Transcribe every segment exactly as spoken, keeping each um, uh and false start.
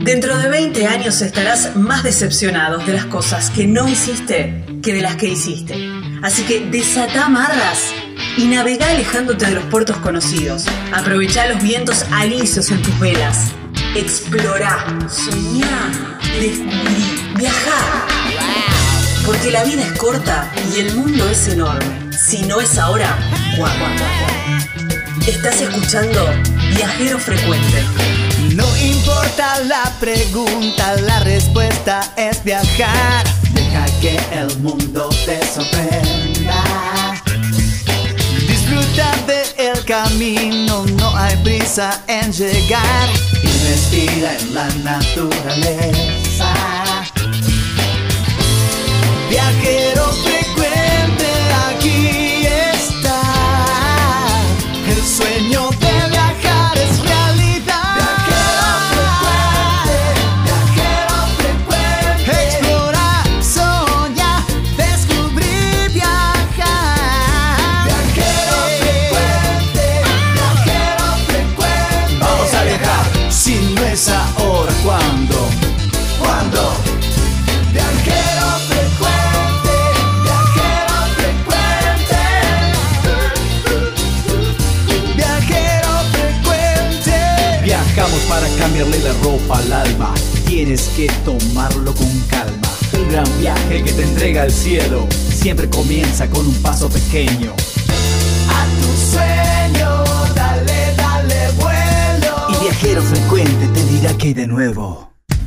Dentro de veinte años estarás más decepcionado de las cosas que no hiciste que de las que hiciste. Así que desatá amarras y navegá alejándote de los puertos conocidos. Aprovechá los vientos alisios en tus velas. Explorá, soñá, descubrí, viajá. Porque la vida es corta y el mundo es enorme. Si no es ahora, ¿cuándo? Estás escuchando Viajero Frecuente. No importa la pregunta, la respuesta es viajar. Deja que el mundo te sorprenda. Disfruta del camino, no hay prisa en llegar. Y respira en la naturaleza. Viajero frecuente, aquí está. El sueño de viajar es realidad. Viajero frecuente, viajero frecuente. Explorar, soñar, descubrir, viajar. Viajero frecuente, viajero frecuente. Vamos a viajar. Si no es ahora, ¿cuándo? ¿Cuándo? Viajero frecuente, viajero frecuente. Viajero frecuente. Viajamos para cambiarle la ropa al alma. Tienes que tomarlo con calma. El gran viaje que te entrega el cielo siempre comienza con un paso pequeño. A tu sueño, dale, dale vuelo. Y viajero frecuente te dirá que hay de nuevo.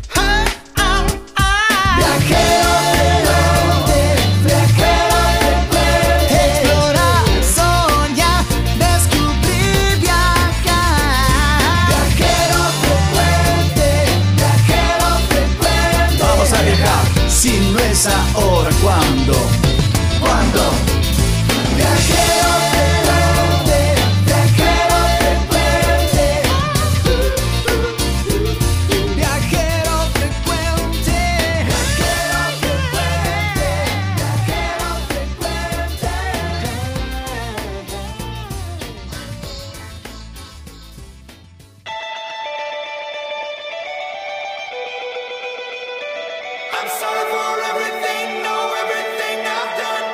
Viajero frecuente, viajero frecuente. Explorar, soñar, descubrir, viajar. Viajero frecuente, viajero frecuente. Vamos a viajar. Si no es ahora, ¿cuándo? ¿Cuándo? Viajero frecuente, viajero frecuente. Viajero frecuente, viajero frecuente, viajero frecuente. I'm sorry for everything, no, everything I've done.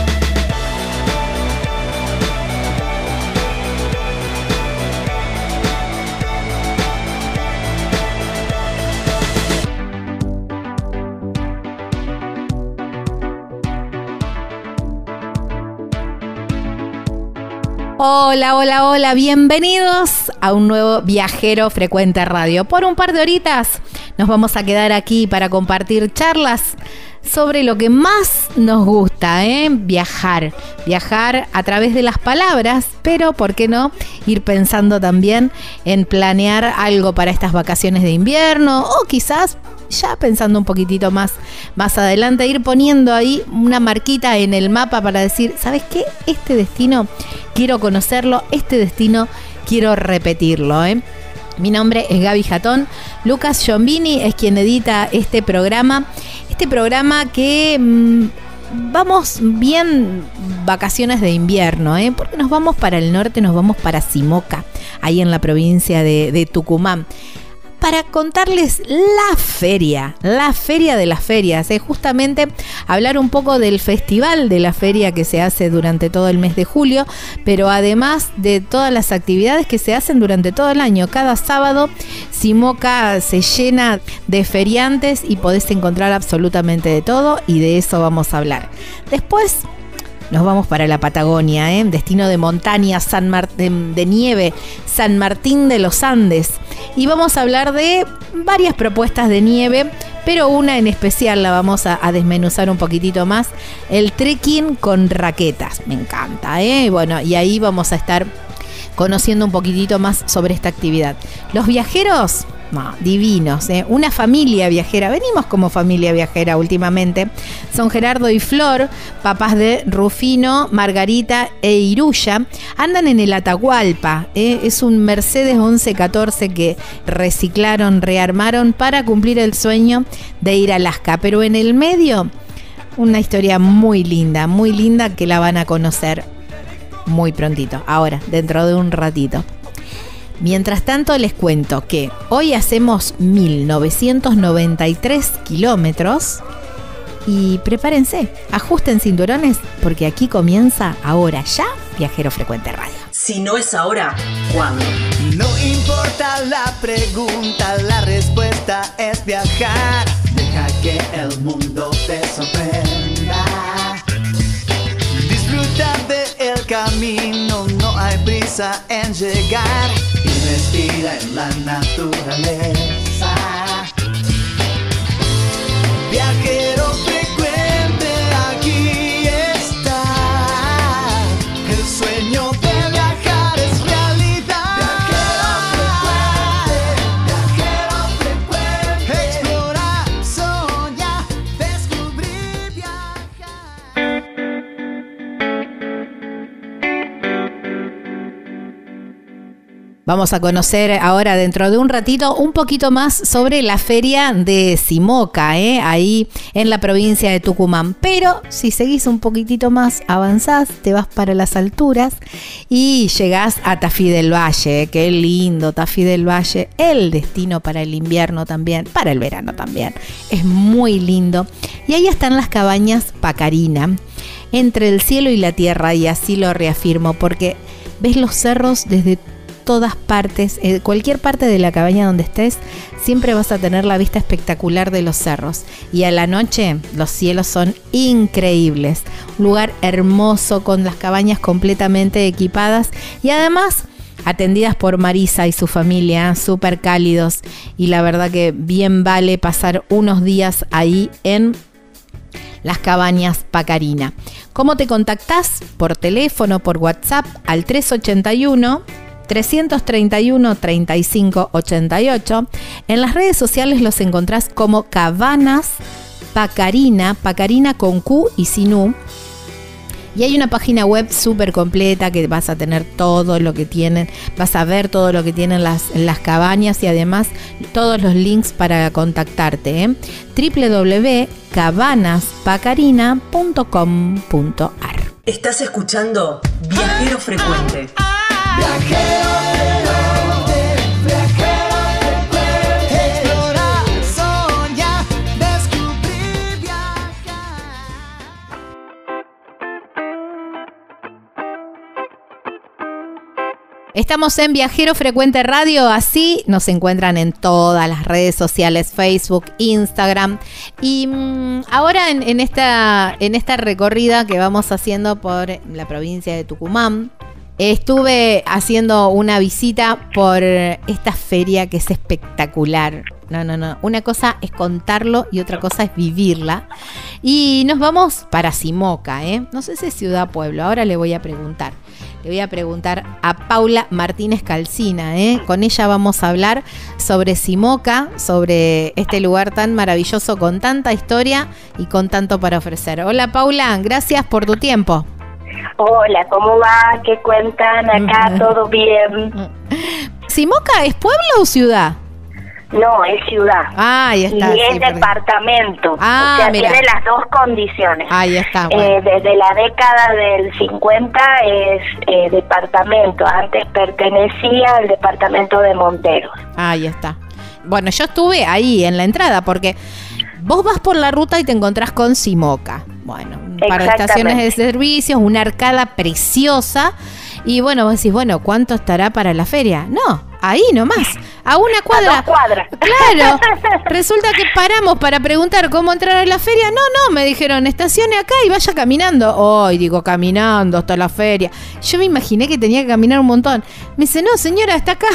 Hola, hola, hola, bienvenidos a un nuevo Viajero Frecuente Radio. Por un par de horitas nos vamos a quedar aquí para compartir charlas sobre lo que más nos gusta, ¿eh? Viajar, viajar a través de las palabras, pero ¿por qué no ir pensando también en planear algo para estas vacaciones de invierno o quizás ya pensando un poquitito más, más adelante, ir poniendo ahí una marquita en el mapa para decir, ¿sabes qué? Este destino quiero conocerlo, este destino quiero repetirlo, ¿eh? Mi nombre es Gaby Jatón, Lucas Giombini es quien edita este programa, este programa que mmm, vamos bien vacaciones de invierno, ¿eh? Porque nos vamos para el norte, nos vamos para Simoca, ahí en la provincia de, de Tucumán, para contarles la feria, la feria de las ferias, ¿eh? Justamente hablar un poco del festival de la feria que se hace durante todo el mes de julio, pero además de todas las actividades que se hacen durante todo el año. Cada sábado Simoca se llena de feriantes y podés encontrar absolutamente de todo y de eso vamos a hablar. Después nos vamos para la Patagonia, ¿eh? Destino de montaña, San Martín, de nieve, San Martín de los Andes. Y vamos a hablar de varias propuestas de nieve, pero una en especial la vamos a, a desmenuzar un poquitito más. El trekking con raquetas. Me encanta, ¿eh? Bueno, y ahí vamos a estar conociendo un poquitito más sobre esta actividad. Los viajeros, no, divinos, ¿eh? Una familia viajera, venimos como familia viajera últimamente, son Gerardo y Flor, papás de Rufino, Margarita e Iruya, andan en el Atahualpa, ¿eh? Es un Mercedes once catorce que reciclaron, rearmaron para cumplir el sueño de ir a Alaska, pero en el medio una historia muy linda, muy linda que la van a conocer muy prontito, ahora, dentro de un ratito. Mientras tanto les cuento que hoy hacemos mil novecientos noventa y tres kilómetros y prepárense, ajusten cinturones porque aquí comienza ahora ya Viajero Frecuente Radio. Si no es ahora, ¿cuándo? No importa la pregunta, la respuesta es viajar. Deja que el mundo te sorprenda. Disfruta del camino, no hay prisa en llegar. Y respira en la naturaleza. Viajero frecuente, aquí está. El sueño de viajar es realidad. Viajero frecuente, viajero frecuente. Explorar, soñar, descubrir, viajar. Vamos a conocer ahora, dentro de un ratito, un poquito más sobre la feria de Simoca, ¿eh? Ahí en la provincia de Tucumán. Pero si seguís un poquitito más, avanzás, te vas para las alturas y llegás a Tafí del Valle. ¿eh? Qué lindo Tafí del Valle, el destino para el invierno también, para el verano también. Es muy lindo. Y ahí están las cabañas Pacarina, entre el cielo y la tierra, y así lo reafirmo, porque ves los cerros desde todas partes, eh, cualquier parte de la cabaña donde estés, siempre vas a tener la vista espectacular de los cerros. Y a la noche los cielos son increíbles. Un lugar hermoso con las cabañas completamente equipadas y además atendidas por Marisa y su familia, súper cálidos. Y la verdad que bien vale pasar unos días ahí en las cabañas Pacarina. ¿Cómo te contactás? Por teléfono, por WhatsApp al tres ocho uno, tres tres uno, tres cinco ocho ocho. En las redes sociales los encontrás como Cabanas Pacarina, Pacarina con Q y sin U. Y hay una página web súper completa que vas a tener todo lo que tienen, vas a ver todo lo que tienen las, las cabañas y además todos los links para contactarte. ¿eh? doble u doble u doble u punto cabanas pacarina punto com punto a r. Estás escuchando Viajero Frecuente. Viajero frecuente, viajero frecuente. Explorar, soñar, descubrir, viajar. Estamos en Viajero Frecuente Radio, así nos encuentran en todas las redes sociales, Facebook, Instagram. Y mmm, ahora en, en, esta, en esta recorrida que vamos haciendo por la provincia de Tucumán, estuve haciendo una visita por esta feria que es espectacular. No, no, no. Una cosa es contarlo y otra cosa es vivirla. Y nos vamos para Simoca, ¿eh? No sé si es ciudad o pueblo. Ahora le voy a preguntar. Le voy a preguntar a Paula Martínez Calcina, ¿eh? Con ella vamos a hablar sobre Simoca, sobre este lugar tan maravilloso con tanta historia y con tanto para ofrecer. Hola Paula, gracias por tu tiempo. Hola, ¿cómo va? ¿Qué cuentan? Acá todo bien. ¿Simoca es pueblo o ciudad? No, es ciudad. Ah, ahí está. Y es sí, departamento. Ah, o sea, mira. tiene las dos condiciones. Ahí está. Bueno. Eh, desde la década del cincuenta es eh, departamento. Antes pertenecía al departamento de Monteros. Ahí está. Bueno, yo estuve ahí en la entrada porque vos vas por la ruta y te encontrás con Simoca. Bueno, un par de estaciones de servicios, una arcada preciosa. Y bueno, vos decís, bueno, ¿cuánto estará para la feria? No, ahí nomás, a una cuadra. A dos cuadras. Claro, resulta que paramos para preguntar cómo entrar a la feria. No, no, me dijeron, estacione acá y vaya caminando. Hoy, oh, digo, caminando hasta la feria. Yo me imaginé que tenía que caminar un montón. Me dice, no, señora, está acá.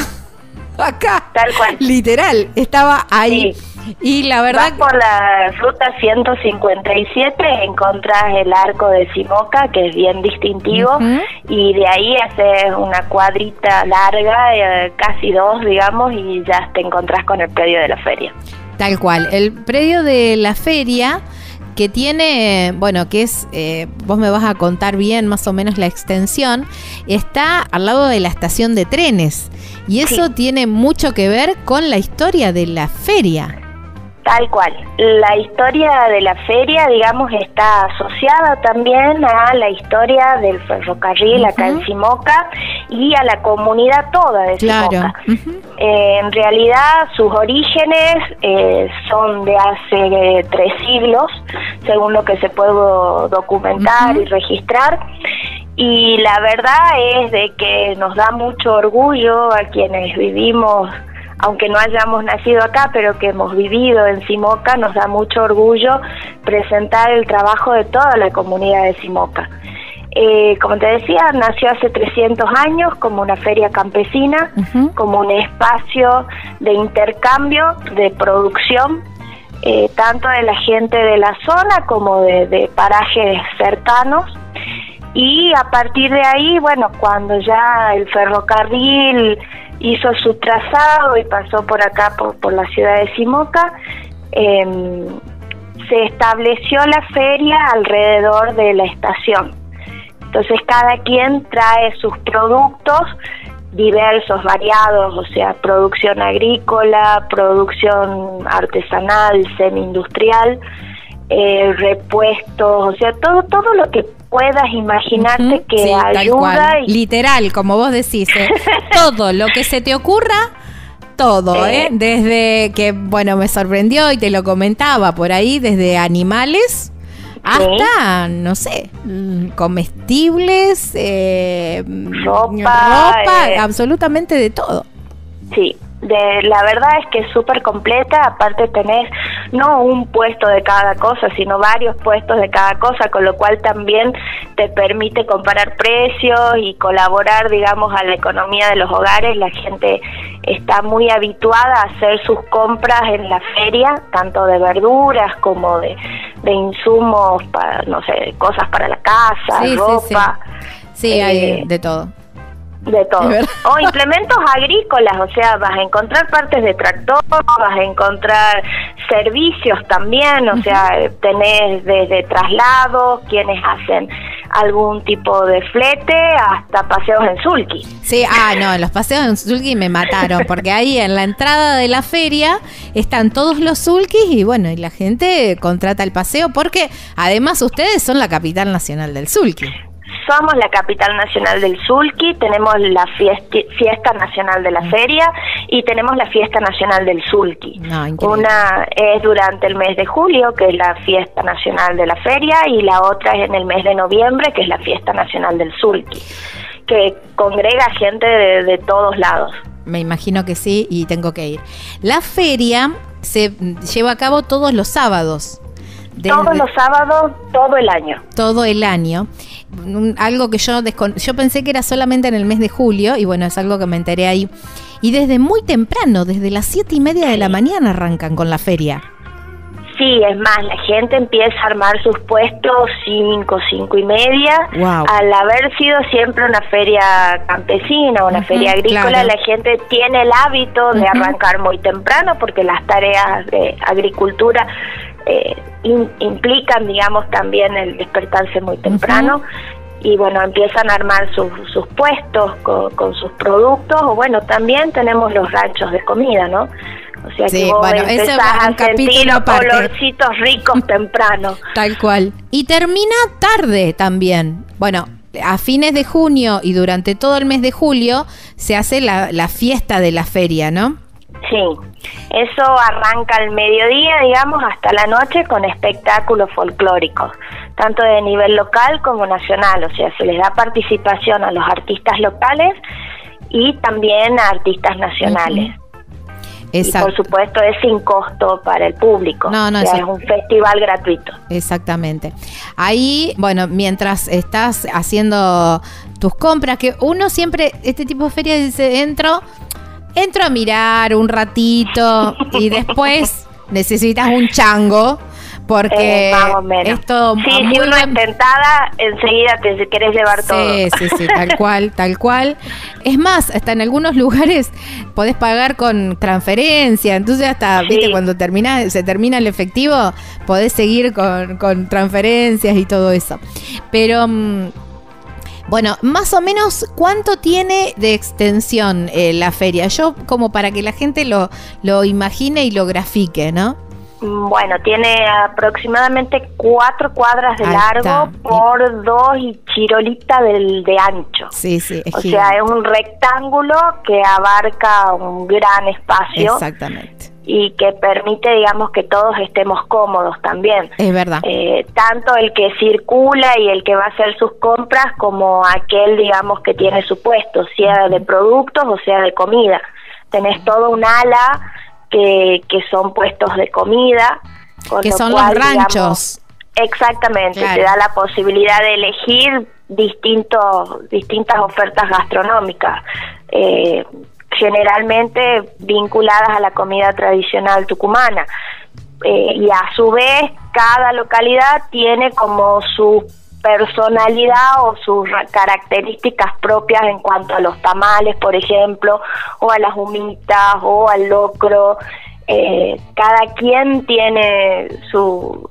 Acá. Tal cual. Literal, estaba ahí. Sí. Y la verdad, vas por la ruta ciento cincuenta y siete, encontrás el arco de Simoca, que es bien distintivo, uh-huh. y de ahí haces una cuadrita larga, eh, casi dos, digamos, y ya te encontrás con el predio de la feria. Tal cual, el predio de la feria que tiene, bueno, que es, eh, vos me vas a contar bien más o menos la extensión, está al lado de la estación de trenes, y eso sí. tiene mucho que ver con la historia de la feria. Tal cual. La historia de la feria, digamos, está asociada también a la historia del ferrocarril uh-huh. acá en Simoca y a la comunidad toda de claro. Simoca. Uh-huh. Eh, en realidad, sus orígenes eh, son de hace eh, tres siglos, según lo que se puede documentar uh-huh. y registrar. Y la verdad es de que nos da mucho orgullo a quienes vivimos, aunque no hayamos nacido acá, pero que hemos vivido en Simoca, nos da mucho orgullo presentar el trabajo de toda la comunidad de Simoca. Eh, como te decía, nació hace trescientos años como una feria campesina, uh-huh. como un espacio de intercambio, de producción, eh, tanto de la gente de la zona como de, de parajes cercanos. Y a partir de ahí, bueno, cuando ya el ferrocarril hizo su trazado y pasó por acá, por, por la ciudad de Simoca, eh, se estableció la feria alrededor de la estación. Entonces cada quien trae sus productos diversos, variados, o sea, producción agrícola, producción artesanal, semi-industrial, eh, repuestos, o sea, todo todo lo que puedas imaginarte uh-huh, que sí, ayuda. Y... literal, como vos decís, ¿eh? Todo lo que se te ocurra, todo, ¿eh? ¿eh? Desde que, bueno, me sorprendió y te lo comentaba por ahí, desde animales hasta, ¿sí? no sé, comestibles, eh, ropa, ropa eh, absolutamente de todo. Sí. De, la verdad es que es súper completa, aparte tenés no un puesto de cada cosa, sino varios puestos de cada cosa, con lo cual también te permite comparar precios y colaborar, digamos, a la economía de los hogares. La gente está muy habituada a hacer sus compras en la feria, tanto de verduras como de, de insumos, para, no sé, cosas para la casa, sí, ropa. Sí, sí. sí eh, hay de todo. De todo. O implementos agrícolas, o sea, vas a encontrar partes de tractor, vas a encontrar servicios también, o uh-huh. sea, tenés desde traslados, quienes hacen algún tipo de flete, hasta paseos en sulky. Sí, ah, no, los paseos en sulky me mataron, porque ahí en la entrada de la feria están todos los sulkis y bueno, y la gente contrata el paseo, porque además ustedes son la capital nacional del sulky. Somos la capital nacional del sulky, tenemos la fiesta, fiesta nacional de la feria y tenemos la fiesta nacional del sulky. No, una es durante el mes de julio, que es la fiesta nacional de la feria, y la otra es en el mes de noviembre, que es la fiesta nacional del sulky, que congrega gente de, de todos lados. Me imagino que sí, y tengo que ir. La feria se lleva a cabo todos los sábados. Desde todos los sábados, todo el año. Todo el año. Algo que yo descon- yo pensé que era solamente en el mes de julio, y bueno, es algo que me enteré ahí. Y desde muy temprano, desde las siete y media de la mañana arrancan con la feria. Sí, es más, la gente empieza a armar sus puestos cinco, cinco y media. Wow. Al haber sido siempre una feria campesina, una uh-huh, feria agrícola, claro. La gente tiene el hábito de uh-huh. arrancar muy temprano, porque las tareas de agricultura eh, in, implican, digamos, también el despertarse muy temprano. Uh-huh. Y bueno, empiezan a armar sus, sus puestos con, con sus productos, o bueno, también tenemos los ranchos de comida, ¿no? O sea sí, que vos bueno, empezás a sentir los olorcitos ricos temprano. Tal cual. Y termina tarde también. Bueno, a fines de junio y durante todo el mes de julio se hace la, la fiesta de la feria, ¿no? Sí, eso arranca al mediodía, digamos, hasta la noche con espectáculos folclóricos, tanto de nivel local como nacional, o sea, se les da participación a los artistas locales y también a artistas nacionales. Uh-huh. Exacto. Y por supuesto es sin costo para el público, no, no, o sea, es un festival gratuito. Exactamente. Ahí, bueno, mientras estás haciendo tus compras, que uno siempre, este tipo de ferias dice, entro... Entro a mirar un ratito y después necesitas un chango porque eh, más o menos. Esto sí, si uno es tentada, enseguida te querés llevar sí, todo. Sí, sí, sí, tal cual, tal cual. Es más, hasta en algunos lugares podés pagar con transferencia, entonces hasta, sí. viste, cuando termina, se termina el efectivo, podés seguir con, con transferencias y todo eso. Pero... bueno, más o menos, ¿cuánto tiene de extensión eh, la feria? Yo, como para que la gente lo, lo imagine y lo grafique, ¿no? Bueno, tiene aproximadamente cuatro cuadras de Ahí largo está. por dos y chirolita del, de ancho. Sí, sí, es O gigante. sea, es un rectángulo que abarca un gran espacio. Exactamente. Y que permite, digamos, que todos estemos cómodos también. Es verdad. Eh, tanto el que circula y el que va a hacer sus compras como aquel, digamos, que tiene su puesto, sea de productos o sea de comida. Tenés todo un ala que, que son puestos de comida. Con Que lo son cual, los ranchos. digamos, exactamente, Claro. te da la posibilidad de elegir distintos, distintas ofertas gastronómicas. Eh, generalmente vinculadas a la comida tradicional tucumana. Eh, y a su vez, cada localidad tiene como su personalidad o sus ra- características propias en cuanto a los tamales, por ejemplo, o a las humitas, o al locro. Eh, cada quien tiene su,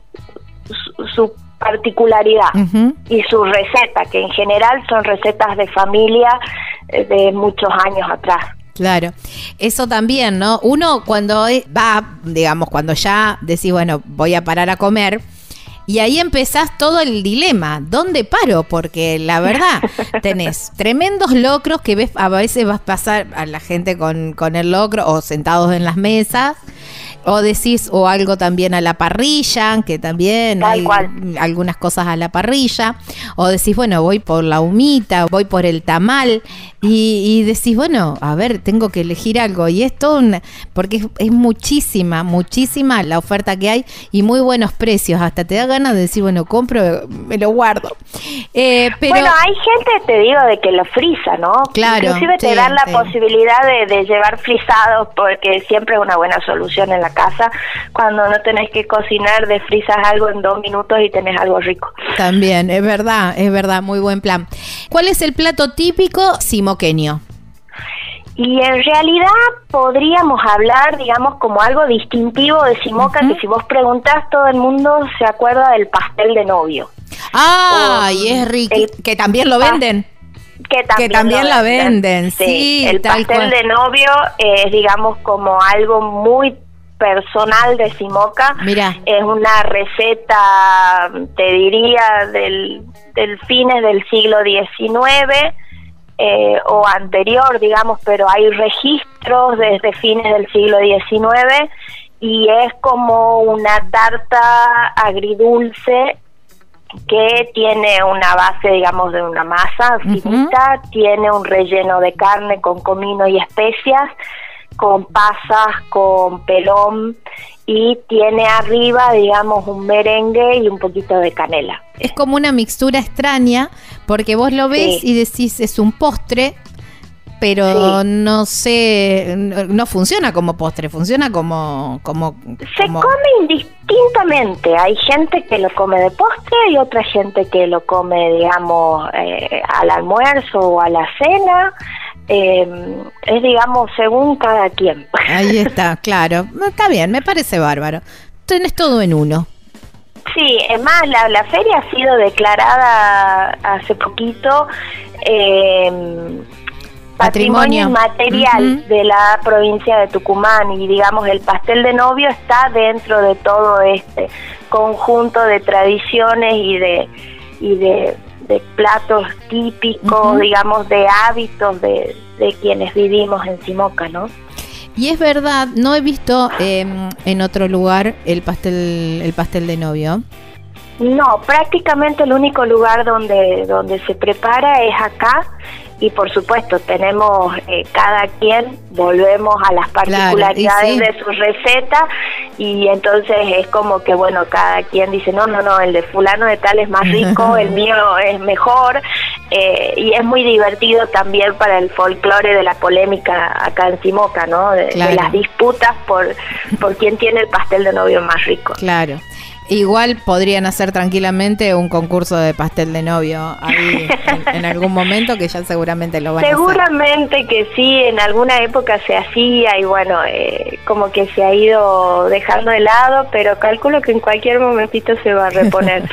su, su particularidad Ujú. y su receta, que en general son recetas de familia eh, de muchos años atrás. Claro, eso también, ¿no? Uno cuando va, digamos, cuando ya decís, bueno, voy a parar a comer, y ahí empezás todo el dilema, ¿dónde paro? Porque la verdad, tenés tremendos locros que ves, a veces vas a pasar a la gente con, con el locro o sentados en las mesas, o decís, o algo también a la parrilla, que también Tal hay cual. algunas cosas a la parrilla, o decís, bueno, voy por la humita, voy por el tamal, y, y decís, bueno, a ver, tengo que elegir algo, y es todo un, porque es, es muchísima, muchísima la oferta que hay, y muy buenos precios, hasta te da ganas de decir, bueno, compro, me lo guardo. Eh, pero Bueno, hay gente, te digo, de que lo frisa, ¿no? Claro, Inclusive te sí, dan la sí. posibilidad de, de llevar frisados, porque siempre es una buena solución en la casa. Cuando no tenés que cocinar, desfrisas algo en dos minutos y tenés algo rico. también, es verdad, es verdad, muy buen plan. ¿Cuál es el plato típico simoqueño? Y en realidad podríamos hablar, digamos, como algo distintivo de Simoca, Ujú. que si vos preguntás, todo el mundo se acuerda del pastel de novio. Ah, O y es rico, el- que también lo venden. Que también, Que también la venden, sí, el tal pastel cual. de novio es, digamos, como algo muy personal de Simoca. Mira. Es una receta, te diría, del, del fines del siglo diecinueve eh, o anterior, digamos, pero hay registros desde fines del siglo diecinueve y es como una tarta agridulce que tiene una base, digamos, de una masa finita, uh-huh. Tiene un relleno de carne con comino y especias, con pasas, con pelón, y tiene arriba, digamos, un merengue y un poquito de canela. Es como una mixtura extraña, porque vos lo ves sí. y decís, es un postre, pero sí. no sé, no funciona como postre, funciona como... como Se como... come indistintamente, hay gente que lo come de postre y otra gente que lo come, digamos, eh, al almuerzo o a la cena, eh, es, digamos, según cada quien. Ahí está, claro, está bien, me parece bárbaro, tenés todo en uno. Sí, es más, la, la feria ha sido declarada hace poquito... Eh, Patrimonio inmaterial uh-huh. de la provincia de Tucumán, y digamos el pastel de novio está dentro de todo este conjunto de tradiciones y de y de, de platos típicos, uh-huh. digamos, de hábitos de, de quienes vivimos en Simoca, ¿no? Y es verdad, no he visto eh, en otro lugar el pastel el pastel de novio. No, prácticamente el único lugar donde donde se prepara es acá. Y por supuesto tenemos eh, cada quien, volvemos a las particularidades claro, sí. de su receta, y entonces es como que bueno, cada quien dice no, no, no, el de fulano de tal es más rico, el mío es mejor, eh, y es muy divertido también para el folclore de la polémica acá en Simoca, ¿no? De, claro. de las disputas por, por quién tiene el pastel de novio más rico. Claro. Igual podrían hacer tranquilamente un concurso de pastel de novio ahí en, en algún momento, que ya seguramente lo van seguramente a hacer. Seguramente que sí, en alguna época se hacía y bueno, eh, como que se ha ido dejando de lado, pero calculo que en cualquier momentito se va a reponer.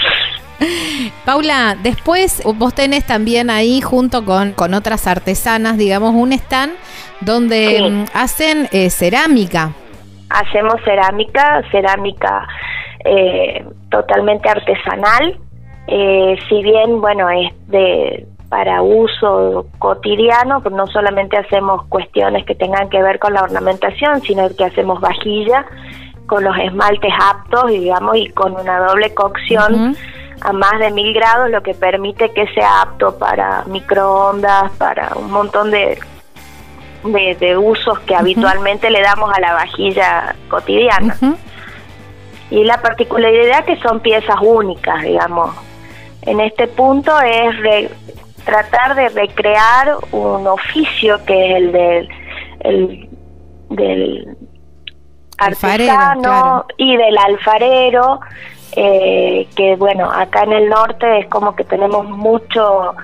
Paula, después vos tenés también ahí junto con, con otras artesanas, digamos, un stand donde sí. hacen eh, cerámica. hacemos cerámica, cerámica eh, totalmente artesanal, eh, si bien, bueno, es de para uso cotidiano, pero no solamente hacemos cuestiones que tengan que ver con la ornamentación, sino que hacemos vajilla con los esmaltes aptos, digamos, y con una doble cocción uh-huh. a más de mil grados, lo que permite que sea apto para microondas, para un montón de, de, de usos que uh-huh. habitualmente le damos a la vajilla cotidiana. Uh-huh. Y la particularidad que son piezas únicas, digamos. En este punto es re, tratar de recrear un oficio que es el del, el, del artesano alfarero, claro. y del alfarero, eh, que bueno, acá en el norte es como que tenemos mucho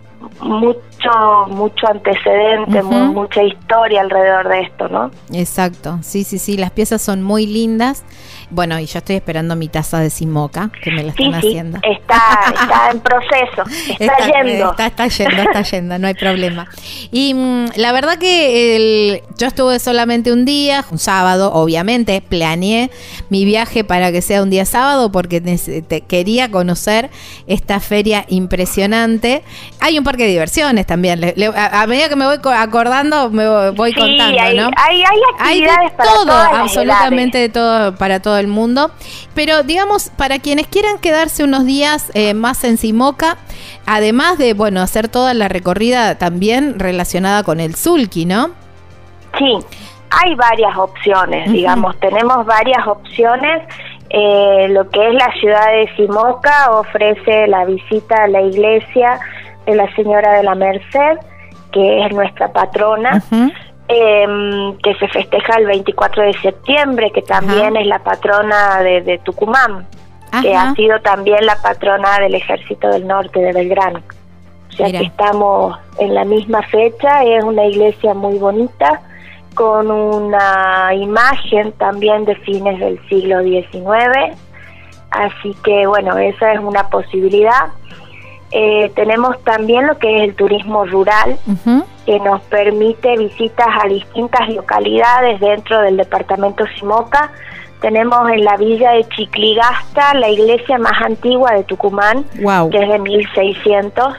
mucho mucho antecedente, uh-huh. mu- mucha historia alrededor de esto, ¿no? Exacto, sí, sí, sí, las piezas son muy lindas. Bueno, y yo estoy esperando mi taza de Simoca, que me la están sí, sí, haciendo. Está, está en proceso, está, está yendo. Está, está yendo, está yendo, no hay problema. Y mmm, la verdad que el, yo estuve solamente un día, un sábado, obviamente, planeé mi viaje para que sea un día sábado porque te, quería conocer esta feria impresionante. Hay un parque de diversiones también. Le, le, a, a medida que me voy acordando, me voy sí, contando, hay, ¿no? Hay, hay actividades hay de para todo, todas las absolutamente edades. de todo, para todo el mundo. Pero digamos, para quienes quieran quedarse unos días eh, más en Simoca, además de, bueno, hacer toda la recorrida también relacionada con el sulky, ¿no? Sí, hay varias opciones, uh-huh. digamos, tenemos varias opciones. Eh, lo que es la ciudad de Simoca ofrece la visita a la iglesia de la Señora de la Merced, que es nuestra patrona, uh-huh. eh, que se festeja el veinticuatro de septiembre, que también uh-huh. es la patrona de, de Tucumán, uh-huh. que ha sido también la patrona del Ejército del Norte de Belgrano. O sea Mira. que estamos en la misma fecha, es una iglesia muy bonita, con una imagen también de fines del siglo diecinueve, así que bueno, esa es una posibilidad. Eh, tenemos también lo que es el turismo rural, uh-huh. que nos permite visitas a distintas localidades dentro del departamento Simoca. Tenemos en la villa de Chicligasta la iglesia más antigua de Tucumán, wow. que es de mil seiscientos,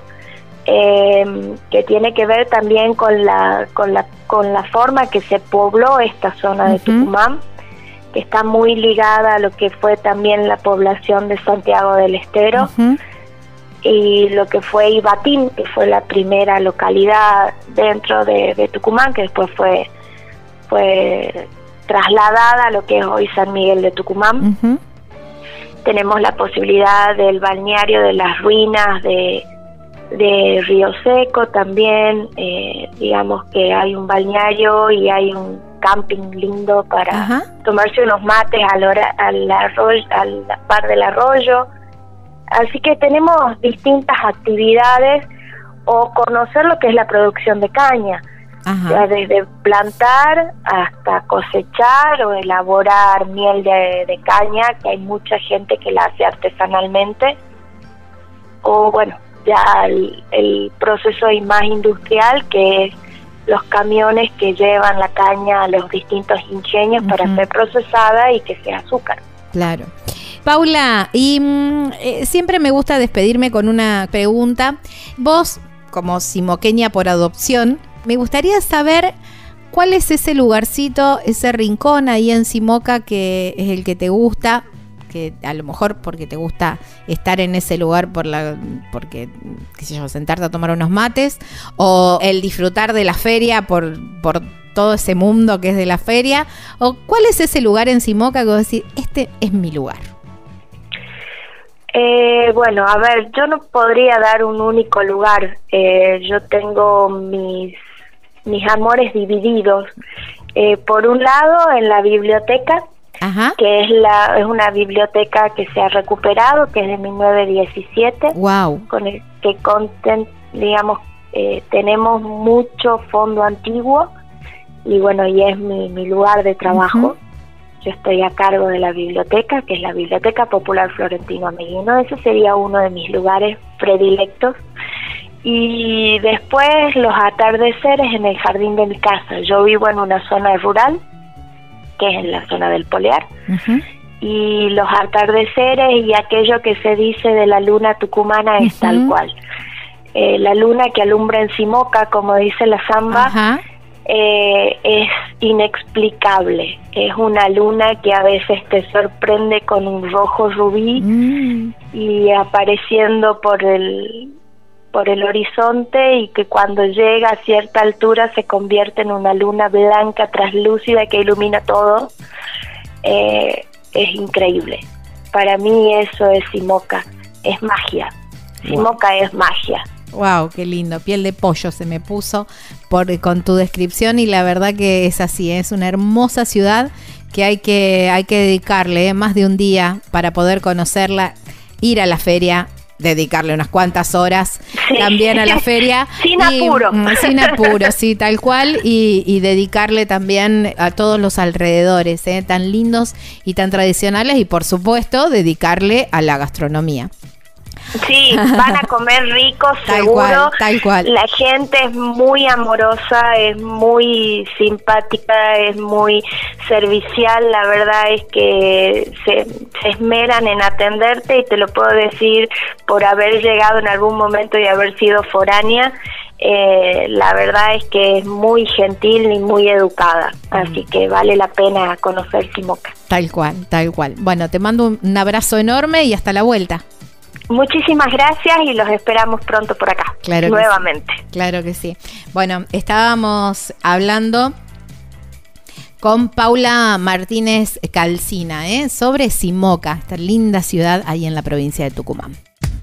eh, que tiene que ver también con la, con la, con la forma que se pobló esta zona uh-huh. de Tucumán, que está muy ligada a lo que fue también la población de Santiago del Estero. Uh-huh. Y lo que fue Ibatín, que fue la primera localidad dentro de, de Tucumán, que después fue fue trasladada a lo que es hoy San Miguel de Tucumán. Uh-huh. Tenemos la posibilidad del balneario de las ruinas de, de Río Seco también, eh, digamos que hay un balneario y hay un camping lindo para uh-huh. tomarse unos mates al, hora, al, arroyo, al par del arroyo. Así que tenemos distintas actividades o conocer lo que es la producción de caña, o sea, desde plantar hasta cosechar o elaborar miel de, de caña, que hay mucha gente que la hace artesanalmente, o bueno, ya el, el proceso más industrial, que es los camiones que llevan la caña a los distintos ingenios uh-huh. para ser procesada y que sea azúcar. Claro. Paula, y mm, eh, siempre me gusta despedirme con una pregunta. Vos, como simoqueña por adopción, me gustaría saber cuál es ese lugarcito, ese rincón ahí en Simoca que es el que te gusta, que a lo mejor porque te gusta estar en ese lugar por la, porque, qué sé yo, sentarte a tomar unos mates, o el disfrutar de la feria por, por todo ese mundo que es de la feria, o cuál es ese lugar en Simoca que vos decís, este es mi lugar. Eh, bueno, a ver, yo no podría dar un único lugar. Eh, yo tengo mis mis amores divididos. Eh, por un lado, en la biblioteca, Ajá. que es la es una biblioteca que se ha recuperado, que es de mil novecientos diecisiete. Wow. Con el que conten, digamos, eh, tenemos mucho fondo antiguo y bueno, y es mi, mi lugar de trabajo. Uh-huh. Yo estoy a cargo de la biblioteca, que es la Biblioteca Popular Florentino Ameguino. Ese sería uno de mis lugares predilectos. Y después los atardeceres en el jardín de mi casa. Yo vivo en una zona rural que es en la zona del Polear. Uh-huh. Y los atardeceres y aquello que se dice de la luna tucumana es uh-huh. tal cual. Eh, la luna que alumbra en Simoca, como dice la samba, uh-huh. eh, es inexplicable. Es una luna que a veces te sorprende con un rojo rubí mm. y apareciendo por el por el horizonte, y que cuando llega a cierta altura se convierte en una luna blanca traslúcida que ilumina todo. Eh, es increíble. Para mí eso es Simoca, es magia. Simoca wow. es magia. Wow, qué lindo, piel de pollo se me puso por con tu descripción, y la verdad que es así, es una hermosa ciudad que hay que hay que dedicarle eh, más de un día para poder conocerla, ir a la feria, dedicarle unas cuantas horas sí. también a la feria. Sin y, apuro. Sin apuro, sí, tal cual, y, y dedicarle también a todos los alrededores, eh, tan lindos y tan tradicionales, y por supuesto dedicarle a la gastronomía. Sí, van a comer rico, tal seguro. Cual, tal cual. La gente es muy amorosa, es muy simpática, es muy servicial. La verdad es que se, se esmeran en atenderte, y te lo puedo decir por haber llegado en algún momento y haber sido foránea. Eh, la verdad es que es muy gentil y muy educada, así que vale la pena conocer Simoca. Tal cual, tal cual. Bueno, te mando un abrazo enorme y hasta la vuelta. Muchísimas gracias y los esperamos pronto por acá, claro nuevamente. Sí. Claro que sí. Bueno, estábamos hablando con Paula Martínez Calcina, ¿eh? sobre Simoca, esta linda ciudad ahí en la provincia de Tucumán.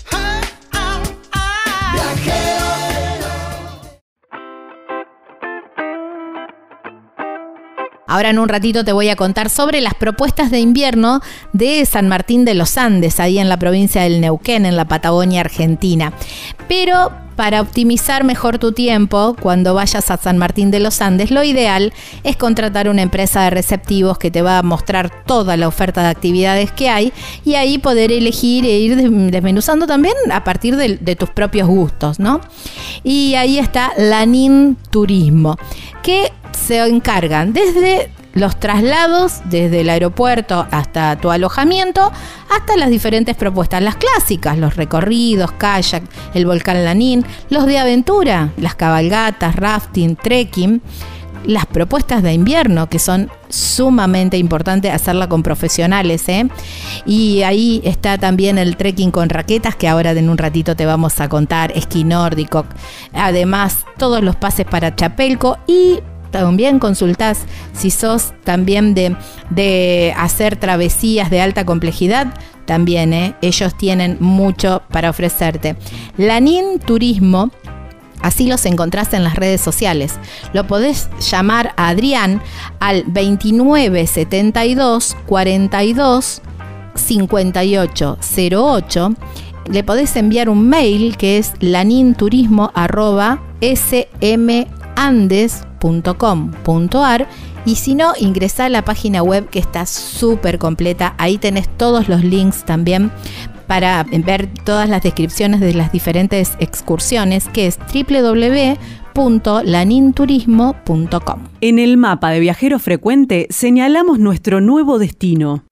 Ahora en un ratito te voy a contar sobre las propuestas de invierno de San Martín de los Andes, ahí en la provincia del Neuquén, en la Patagonia Argentina. Pero para optimizar mejor tu tiempo, cuando vayas a San Martín de los Andes, lo ideal es contratar una empresa de receptivos que te va a mostrar toda la oferta de actividades que hay, y ahí poder elegir e ir desmenuzando también a partir de, de tus propios gustos, ¿no? Y ahí está Lanín Turismo, que se encargan desde los traslados, desde el aeropuerto hasta tu alojamiento, hasta las diferentes propuestas, las clásicas, los recorridos, kayak, el volcán Lanín, los de aventura, las cabalgatas, rafting, trekking, las propuestas de invierno, que son sumamente importantes hacerla con profesionales, ¿eh? Y ahí está también el trekking con raquetas, que ahora en un ratito te vamos a contar, esquí nórdico, además todos los pases para Chapelco, y también consultás si sos también de, de hacer travesías de alta complejidad, también ¿eh? ellos tienen mucho para ofrecerte. Lanín Turismo, así los encontrás en las redes sociales. Lo podés llamar a Adrián al veintinueve setenta y dos cuarenta y dos cincuenta y ocho cero ocho. Le podés enviar un mail que es laninturismo arroba smandes punto com punto ar, y si no, ingresá a la página web, que está súper completa. Ahí tenés todos los links también para ver todas las descripciones de las diferentes excursiones, que es doble u doble u doble u punto laninturismo punto com. En el mapa de Viajero Frecuente señalamos nuestro nuevo destino.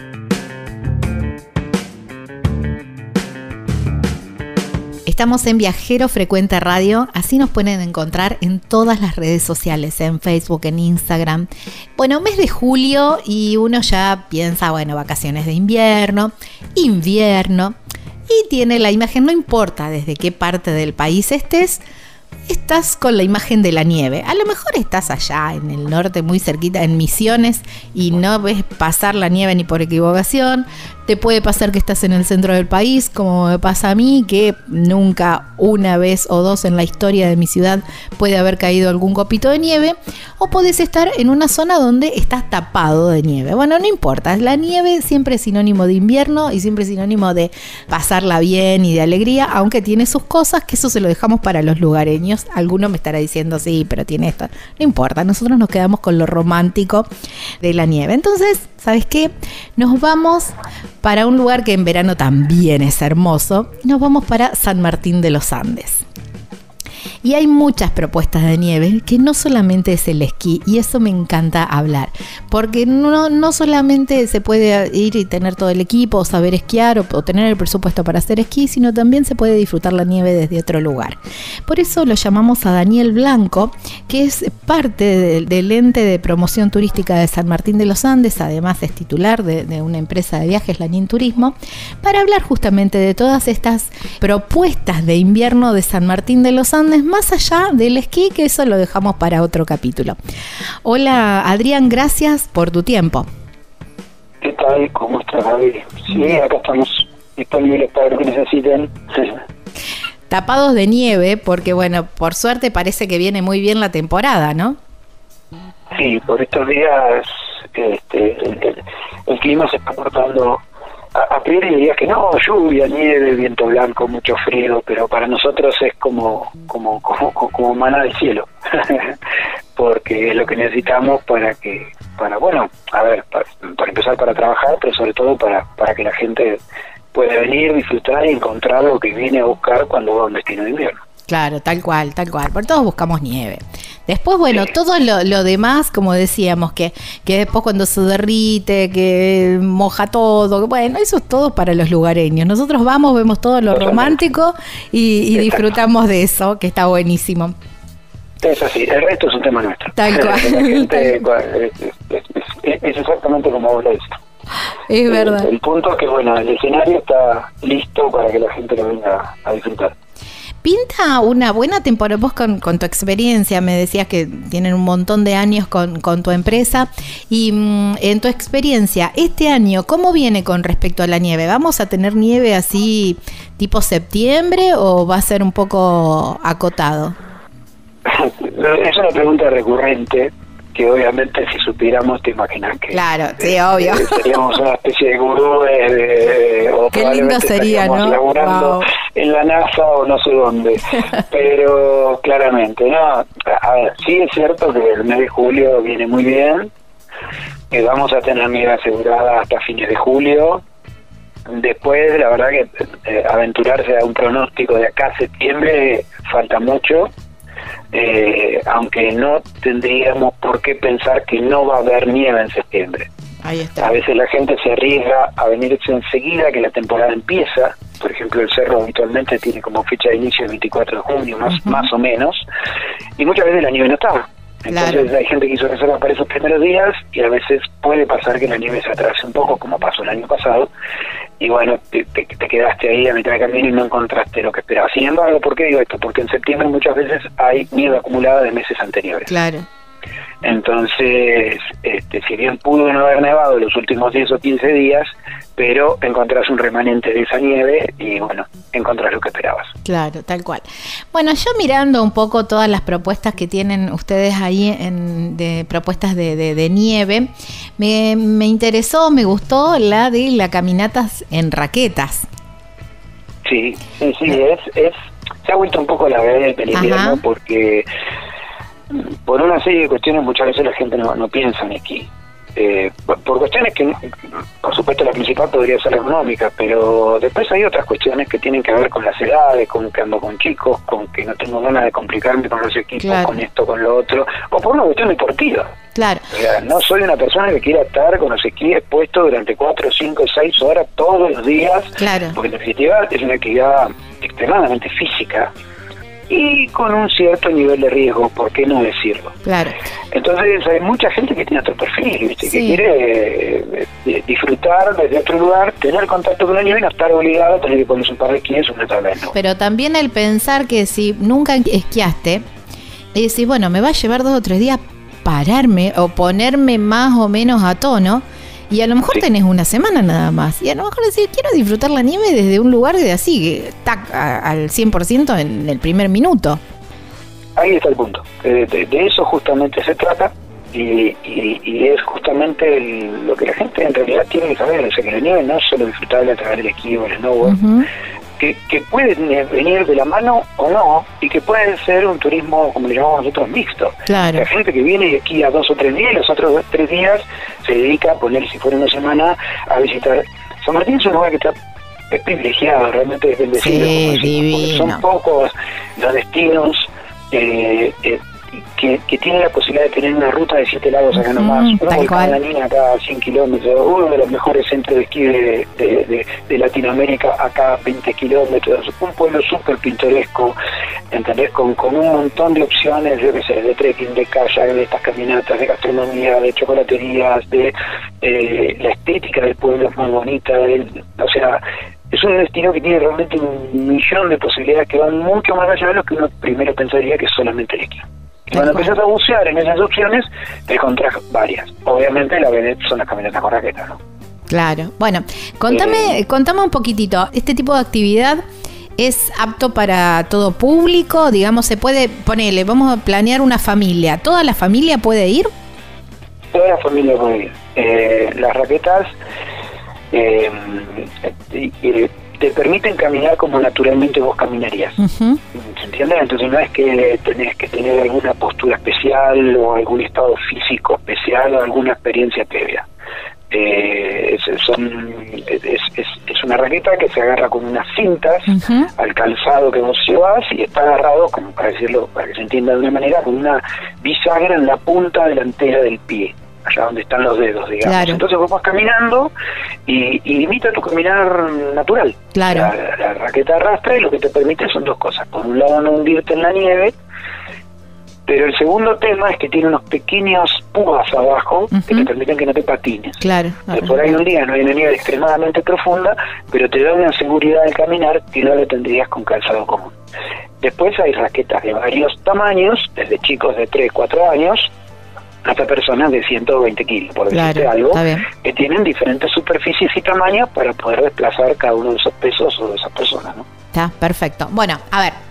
Estamos en Viajero Frecuente Radio, así nos pueden encontrar en todas las redes sociales, en Facebook, en Instagram. Bueno, mes de julio y uno ya piensa, bueno, vacaciones de invierno, invierno, y tiene la imagen, no importa desde qué parte del país estés, estás con la imagen de la nieve. A lo mejor estás allá en el norte, muy cerquita, en Misiones, y no ves pasar la nieve ni por equivocación. Te puede pasar que estás en el centro del país, como me pasa a mí, que nunca una vez o dos en la historia de mi ciudad puede haber caído algún copito de nieve. O podés estar en una zona donde estás tapado de nieve. Bueno, no importa, la nieve siempre es sinónimo de invierno y siempre es sinónimo de pasarla bien y de alegría, aunque tiene sus cosas, que eso se lo dejamos para los lugareños. Alguno me estará diciendo, sí, pero tiene esto. No importa, nosotros nos quedamos con lo romántico de la nieve. Entonces, ¿sabes qué? Nos vamos para un lugar que en verano también es hermoso. Nos vamos para San Martín de los Andes. Y hay muchas propuestas de nieve, que no solamente es el esquí, y eso me encanta hablar, porque no, no solamente se puede ir y tener todo el equipo, o saber esquiar, o, o tener el presupuesto para hacer esquí, sino también se puede disfrutar la nieve desde otro lugar. Por eso lo llamamos a Daniel Blanco, que es parte de, del ente de promoción turística de San Martín de los Andes, además es titular de, de una empresa de viajes, Lanín Turismo, para hablar justamente de todas estas propuestas de invierno de San Martín de los Andes, más allá del esquí, que eso lo dejamos para otro capítulo. Hola Adrián, gracias por tu tiempo. ¿Qué tal? ¿Cómo estás, Gaby? Sí, acá estamos disponibles para lo que necesiten. Tapados de nieve, porque bueno, por suerte parece que viene muy bien la temporada, ¿no? Sí, por estos días este, el, el, el clima se está portando, a, a priori dirías que no, lluvia, nieve, viento blanco, mucho frío, pero para nosotros es como como como, como maná del cielo, porque es lo que necesitamos para que, para bueno, a ver, para, para empezar para trabajar, pero sobre todo para, para que la gente pueda venir, disfrutar y encontrar lo que viene a buscar cuando va a un destino de invierno. Claro, tal cual, tal cual. Por todos buscamos nieve. Después, bueno, sí. todo lo, lo demás, como decíamos, que, que después cuando se derrite, que moja todo, bueno, eso es todo para los lugareños. Nosotros vamos, vemos todo lo romántico y, y disfrutamos de eso, que está buenísimo. Es así, el resto es un tema nuestro. Tal cual. La gente, es, es, es, es exactamente como vos lo dices. Es verdad. El, el punto es que, bueno, el escenario está listo para que la gente lo venga a disfrutar. Pinta una buena temporada. Vos con, con tu experiencia, me decías que tienen un montón de años con, con tu empresa, y mmm, en tu experiencia, este año, ¿cómo viene con respecto a la nieve? ¿Vamos a tener nieve así tipo septiembre o va a ser un poco acotado? Es una pregunta recurrente, que obviamente si supiéramos te imaginas que... Claro, sí, obvio. Eh, seríamos una especie de gurú de, de, de, o qué lindo sería, ¿no? Laburando wow. en la NASA o no sé dónde. Pero claramente, no, a ver, sí es cierto que el mes de julio viene muy bien, que vamos a tener nieve asegurada hasta fines de julio. Después, la verdad que eh, aventurarse a un pronóstico de acá a septiembre falta mucho. Eh, aunque no tendríamos por qué pensar que no va a haber nieve en septiembre. Ahí está. A veces la gente se arriesga a venirse enseguida que la temporada empieza. Por ejemplo, el cerro habitualmente tiene como fecha de inicio el veinticuatro de junio, más, uh-huh. más o menos, y muchas veces la nieve no está. Entonces claro. hay gente que hizo reserva para esos primeros días, y a veces puede pasar que la nieve se atrase un poco, como pasó el año pasado, y bueno, te, te, te quedaste ahí a mitad de camino y no encontraste lo que esperabas. Sin embargo, ¿por qué digo esto? Porque en septiembre muchas veces hay nieve acumulada de meses anteriores. Claro. Entonces, este, si bien pudo no haber nevado los últimos diez o quince días, pero encontrás un remanente de esa nieve y bueno, encontrás lo que esperabas. Claro, tal cual. Bueno, yo mirando un poco todas las propuestas que tienen ustedes ahí, en, de propuestas de, de, de nieve, me, me interesó, me gustó la de las caminatas en raquetas. Sí, sí, sí, es, es, se ha vuelto un poco la vez del invierno, porque por una serie de cuestiones muchas veces la gente no, no piensa en esquí. Eh, por, por cuestiones que, por supuesto, la principal podría ser económica, pero después hay otras cuestiones que tienen que ver con las edades, con que ando con chicos, con que no tengo ganas de complicarme con los equipos, claro. con esto, con lo otro, o por una cuestión deportiva. Claro. O sea, no soy una persona que quiera estar con los esquíes puestos durante cuatro, cinco, seis horas todos los días, claro. porque en definitiva es una actividad extremadamente física y con un cierto nivel de riesgo, ¿por qué no decirlo? Claro. Entonces hay mucha gente que tiene otro perfil, ¿viste? Sí. Que quiere eh, disfrutar desde otro lugar, tener contacto con la nieve y no estar obligado a tener que ponerse un par de esquíes una tal vez, ¿no? Pero también el pensar que si nunca esquiaste, y decir, bueno, me va a llevar dos o tres días pararme o ponerme más o menos a tono, y a lo mejor sí. tenés una semana nada más, y a lo mejor decir, quiero disfrutar la nieve desde un lugar de así, tac, a, al cien por ciento en el primer minuto. Ahí está el punto, de, de, de eso justamente se trata, y, y, y es justamente el, lo que la gente en realidad tiene que saber, o sea, que la nieve no es solo disfrutable a través del esquí o el snowboard, uh-huh. que, que puede venir de la mano o no, y que puede ser un turismo, como le llamamos nosotros, mixto. Claro. La gente que viene de aquí a dos o tres días, y los otros dos, tres días se dedica a poner, si fuera una semana, a visitar. San Martín es un lugar que está es privilegiado, realmente es bendecido. Sí, divino. Son pocos los destinos eh, eh, que, que tiene la posibilidad de tener una ruta de siete lagos acá nomás, Mm, una tal cual. volcán acá a cien kilómetros, uno de los mejores centros de esquí de, de, de, de Latinoamérica acá a veinte kilómetros, un pueblo súper pintoresco, ¿entendés? Con, con un montón de opciones, yo qué sé, de trekking, de kayak, de estas caminatas, de gastronomía, de chocolaterías, de eh, la estética del pueblo es muy bonita, del, o sea, es un destino que tiene realmente un millón de posibilidades que van mucho más allá de lo que uno primero pensaría que es solamente el esquí. Y cuando empezás a bucear en esas opciones, te encontrás varias. Obviamente la vedette son las caminatas con raqueta, ¿no? Claro. Bueno, contame, Eh, contame un poquitito. ¿Este tipo de actividad es apto para todo público? Digamos, se puede, ponele, vamos a planear una familia. ¿Toda la familia puede ir? Toda la familia puede ir. Eh, las raquetas eh, y- y te permiten caminar como naturalmente vos caminarías. Uh-huh. ¿Se entiende? Entonces no es que tenés que tener alguna postura especial o algún estado físico especial o alguna experiencia previa. Eh, es, son, es, es, es una raqueta que se agarra con unas cintas Uh-huh. al calzado que vos llevas y está agarrado, como para decirlo, para que se entienda de una manera, con una bisagra en la punta delantera del pie, allá donde están los dedos, digamos. Claro. Entonces vos vas caminando y, y imita tu caminar natural. Claro. La, la raqueta arrastra y lo que te permite son dos cosas. Por un lado, no hundirte en la nieve, pero el segundo tema es que tiene unos pequeños púas abajo que Ujú. te permiten que no te patines. Claro. Que por ahí un día no hay una nieve extremadamente profunda, pero te da una seguridad al caminar que no la tendrías con calzado común. Después hay raquetas de varios tamaños, desde chicos de tres, cuatro años, hasta personas de ciento veinte kilos, por decirte Claro, algo, está bien. que tienen diferentes superficies y tamaños para poder desplazar cada uno de esos pesos o de esas personas, ¿no? Está perfecto. Bueno, a ver.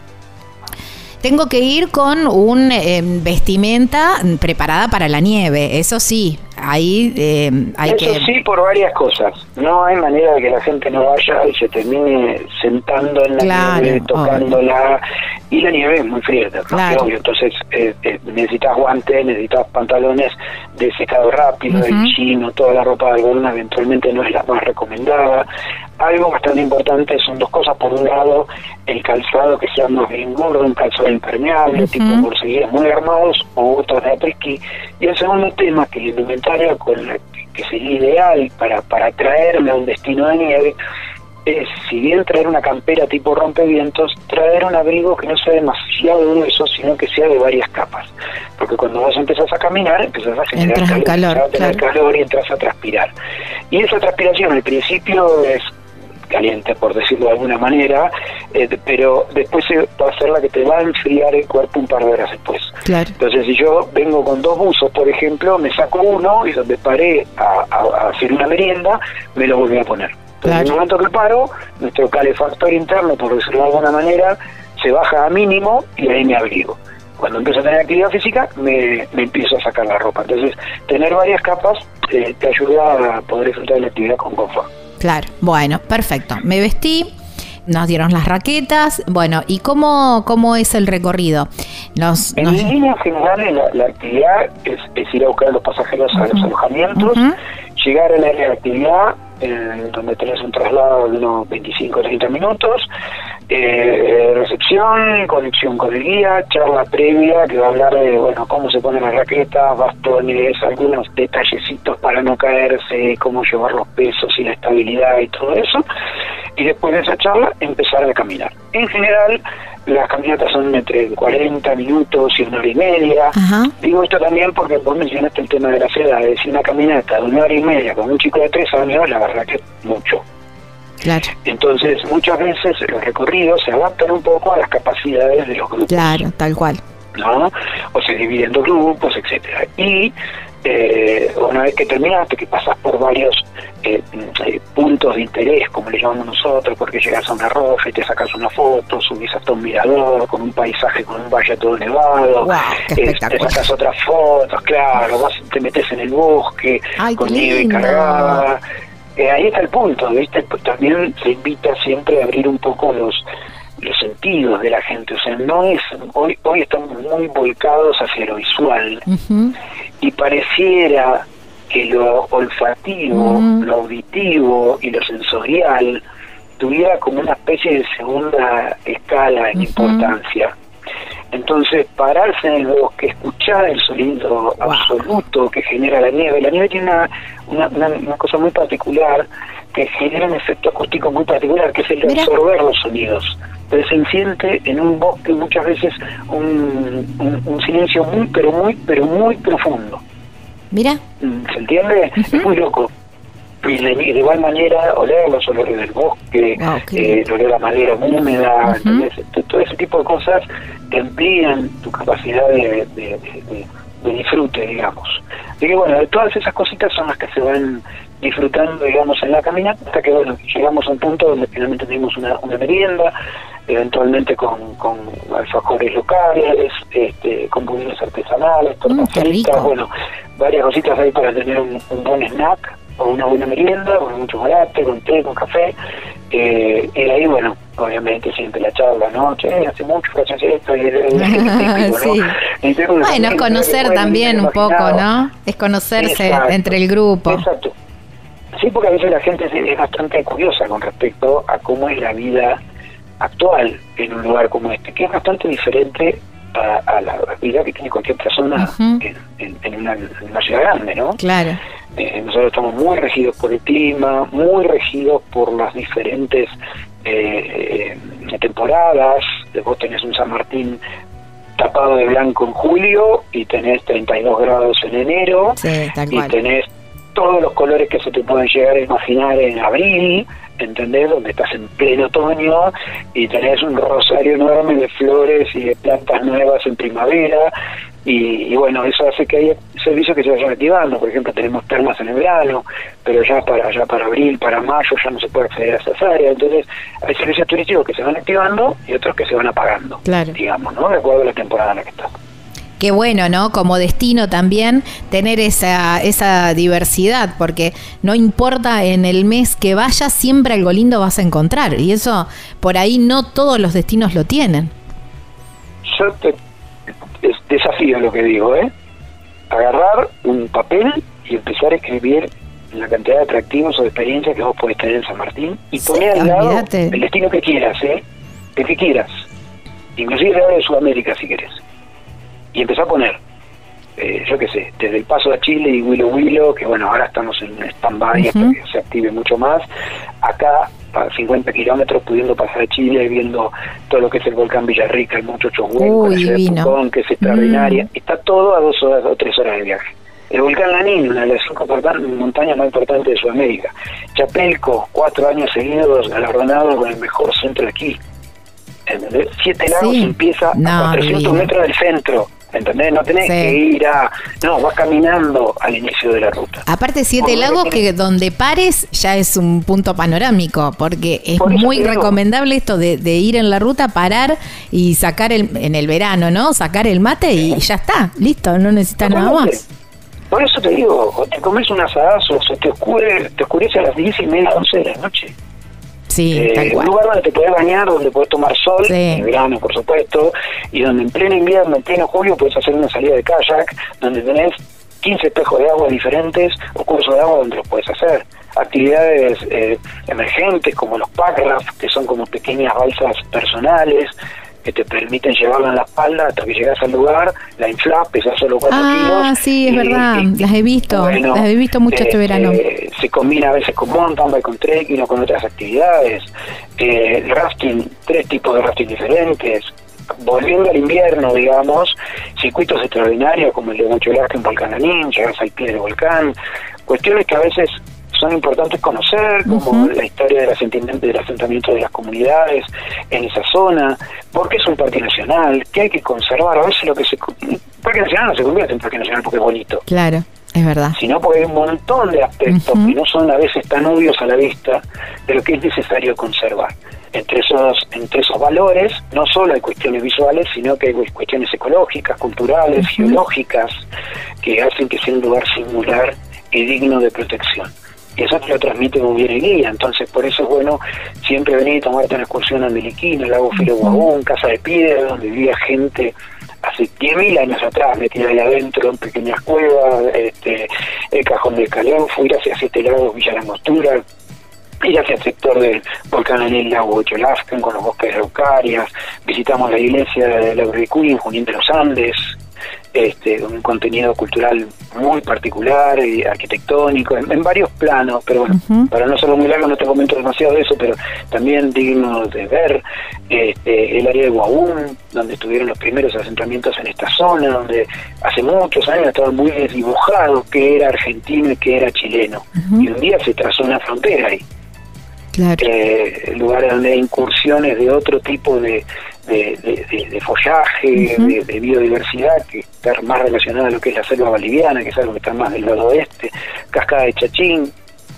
Tengo que ir con un eh, vestimenta preparada para la nieve, eso sí, ahí eh, hay Eso que... sí, por varias cosas. No hay manera de que la gente no vaya y se termine sentando en la Claro, nieve, tocándola. Y la nieve es muy fría, ¿no? Claro. Obvio. Entonces eh, eh, necesitas guantes, necesitas pantalones de secado rápido, Ujú. el chino, toda la ropa de algodón eventualmente no es la más recomendada. Algo bastante importante son dos cosas. Por un lado, el calzado que sea más bien gordo, un calzado impermeable, Ujú. tipo bolsillos muy armados o botas de apresquí. Y el segundo tema, que la indumentaria con la que, que sería ideal para, para traerme a un destino de nieve, es, si bien traer una campera tipo rompevientos, traer un abrigo que no sea demasiado grueso, sino que sea de varias capas. Porque cuando vos empezás a caminar, empezás a generar Entras en calor, empezás a tener claro. calor y entras a transpirar. Y esa transpiración al principio es caliente, por decirlo de alguna manera, eh, pero después se va a ser la que te va a enfriar el cuerpo un par de horas después. Claro. Entonces, si yo vengo con dos buzos, por ejemplo, me saco uno y donde paré a, a, a hacer una merienda, me lo volví a poner. Entonces, Claro. en el momento que paro, nuestro calefactor interno, por decirlo de alguna manera, se baja a mínimo y ahí me abrigo. Cuando empiezo a tener actividad física, me, me empiezo a sacar la ropa. Entonces, tener varias capas eh, te ayuda a poder disfrutar de la actividad con confort. Claro, bueno, perfecto. Me vestí, nos dieron las raquetas. Bueno, ¿y cómo, cómo es el recorrido? Nos, En nos- líneas generales, la, la actividad es, es ir a buscar a los pasajeros a los Ujú. alojamientos, Ujú. llegar al área de actividad, eh, donde tenés un traslado de unos veinticinco a treinta minutos, eh, recepción, conexión con el guía, charla previa que va a hablar de bueno cómo se ponen las raquetas, bastones, algunos detallecitos para no caerse, cómo llevar los pesos y la estabilidad y todo eso. Y después de esa charla, empezar a caminar. En general, las caminatas son entre cuarenta minutos y una hora y media. Ajá. Digo esto también porque vos mencionaste el tema de las edades. Si una caminata de una hora y media con un chico de tres años, la verdad que es mucho. Claro, Entonces, muchas veces los recorridos se adaptan un poco a las capacidades de los grupos, claro, tal cual. ¿no? O se dividen en dos grupos, etcétera. Y eh, una vez que terminaste, que pasas por varios eh, eh, puntos de interés, como le llamamos nosotros, porque llegas a una roja y te sacas una foto, subís hasta un mirador con un paisaje, con un valle todo nevado, Guau, qué eh, te espectacular. sacas otras fotos, claro, vas, te metes en el bosque, Ay, con qué nieve lindo. cargada. Eh, ahí está el punto, ¿viste? Pues también se invita siempre a abrir un poco los los sentidos de la gente, o sea, no es hoy hoy estamos muy volcados hacia lo visual Ujú. y pareciera que lo olfativo, Mm. lo auditivo y lo sensorial tuviera como una especie de segunda escala en Ujú. importancia. Entonces, pararse en el bosque, escuchar el sonido wow. absoluto que genera la nieve. La nieve tiene una, una, una, una cosa muy particular, que genera un efecto acústico muy particular, que es el de Mira. absorber los sonidos. Entonces se siente en un bosque muchas veces un, un, un silencio muy, pero muy, pero muy profundo. Mira. ¿Se entiende? Uh-huh. Es muy loco. Y de, de igual manera, oler los olores del bosque, wow, eh, oler la madera húmeda, uh-huh. todo ese tipo de cosas te amplían tu capacidad de, de, de, de, de disfrute, digamos. Así que bueno, todas esas cositas son las que se van disfrutando, digamos, en la caminata, hasta que bueno, llegamos a un punto donde finalmente tenemos una, una merienda, eventualmente con, con alfajores locales, este, con budines artesanales, tortas fritas, bueno, varias cositas ahí para tener un, un buen snack, o una buena merienda, con mucho chocolate, con té, con café, eh, y ahí, bueno, obviamente siempre la charla, ¿no? Che, hace mucho que haces esto, y, y, y, sí. ¿no? Y bueno, es conocer bueno, también un poco, ¿no? Es conocerse exacto, entre el grupo. Exacto. Sí, porque a veces la gente es bastante curiosa con respecto a cómo es la vida actual en un lugar como este, que es bastante diferente a, a la vida que tiene cualquier persona uh-huh. en, en, en, una, en una ciudad grande, ¿no? Claro. Eh, nosotros estamos muy regidos por el clima, muy regidos por las diferentes eh, eh, temporadas. Vos tenés un San Martín tapado de blanco en julio y tenés treinta y dos grados en enero, sí, tal cual. Y tenés todos los colores que se te pueden llegar a imaginar en abril, ¿entendés? Donde estás en pleno otoño y tenés un rosario enorme de flores y de plantas nuevas en primavera, y, y bueno, eso hace que haya servicios que se vayan activando. Por ejemplo, tenemos termas en el verano, pero ya para ya para abril, para mayo ya no se puede acceder a esas áreas. Entonces hay servicios turísticos que se van activando y otros que se van apagando, claro. digamos, ¿no? De acuerdo a la temporada en la que estamos. Qué bueno, ¿no? Como destino también tener esa esa diversidad, porque no importa en el mes que vayas, siempre algo lindo vas a encontrar, y eso por ahí no todos los destinos lo tienen. Yo te es desafío lo que digo, ¿eh? Agarrar un papel y empezar a escribir la cantidad de atractivos o de experiencias que vos podés tener en San Martín y sí, poner al lado olvídate. El destino que quieras, ¿eh? El que quieras. Inclusive el lado de Sudamérica, si querés. Y empezar a poner, eh, yo qué sé, desde el paso a Chile y Huilo Huilo, que bueno, ahora estamos en stand-by uh-huh. hasta que se active mucho más, acá a cincuenta kilómetros pudiendo pasar a Chile y viendo todo lo que es el volcán Villarrica, el Moncho Chohuenco, la ciudad de Pucón, que es extraordinaria, mm. está todo a dos horas o tres horas de viaje. El volcán Lanín, una de las cinco montañas más importantes de Sudamérica. Chapelco, cuatro años seguidos galardonado con el mejor centro de esquí. ¿Entendés? Siete Lagos sí. empieza no, a cuatrocientos metros del centro. ¿Entendés? No tenés sí. que ir a... No, vas caminando al inicio de la ruta. Aparte, Siete Lagos, que, que donde pares ya es un punto panorámico, porque es Por muy recomendable esto de, de ir en la ruta, parar y sacar el en el verano, ¿no? Sacar el mate y sí. ya está, listo, no necesitas nada más. Por eso te digo, o te comes un asadazo, se te oscurece, te oscurece a las diez y media, once de la noche. Sí, eh, tal cual. Un lugar donde te podés bañar, donde podés tomar sol, sí. en verano por supuesto, y donde en pleno invierno, en pleno julio, podés hacer una salida de kayak, donde tenés quince espejos de agua diferentes o cursos de agua donde los podés hacer. Actividades eh, emergentes como los packraft, que son como pequeñas balsas personales, que te permiten llevarla en la espalda hasta que llegas al lugar, la inflás, pesas solo cuatro ah, kilos. Ah, sí, es y, verdad, y, las he visto, bueno, las he visto mucho eh, este verano. Eh, se combina a veces con mountain bike, con trekking o con otras actividades. Eh, rafting, tres tipos de rafting diferentes. Volviendo al invierno, digamos, circuitos extraordinarios como el de Mochilaje en Volcán Lanín, llegas al pie del volcán, cuestiones que a veces son importantes conocer, como uh-huh. la historia del asentamiento, del asentamiento de las comunidades en esa zona, porque es un parque nacional, que hay que conservar. A veces lo que se... El parque nacional no se convierte en parque nacional porque es bonito. Claro, es verdad. Sino porque hay un montón de aspectos uh-huh. que no son a veces tan obvios a la vista, pero que es necesario conservar. Entre esos, entre esos valores, no solo hay cuestiones visuales, sino que hay cuestiones ecológicas, culturales, uh-huh. geológicas, que hacen que sea un lugar singular y digno de protección. Y eso te lo transmite muy bien el guía. Entonces, por eso es bueno siempre venir y tomarte una excursión a Meliquín, al lago Filo Guagún, Casa de Piedra, donde vivía gente hace diez mil años atrás, metida ahí adentro en pequeñas cuevas, este, el Cajón del Calón, ir hacia Siete Lagos, Villa La Angostura, ir hacia el sector del volcán Anil Huacholascan con los bosques de Araucarias, visitamos la iglesia de la Urricuy en Junín de los Andes, este, un contenido cultural muy particular y arquitectónico, en, en varios planos, pero bueno, uh-huh. para no hacerlo muy largo no te comento demasiado de eso, pero también digno de ver este, el área de Guaún, donde estuvieron los primeros asentamientos en esta zona, donde hace muchos años estaba muy desdibujado qué era argentino y qué era chileno, uh-huh. y un día se trazó una frontera ahí. Claro. Eh, lugares donde hay incursiones de otro tipo de, de, de, de, de follaje, uh-huh. de, de biodiversidad, que está más relacionada a lo que es la selva boliviana, que es algo que está más del lado oeste, Cascada de Chachín,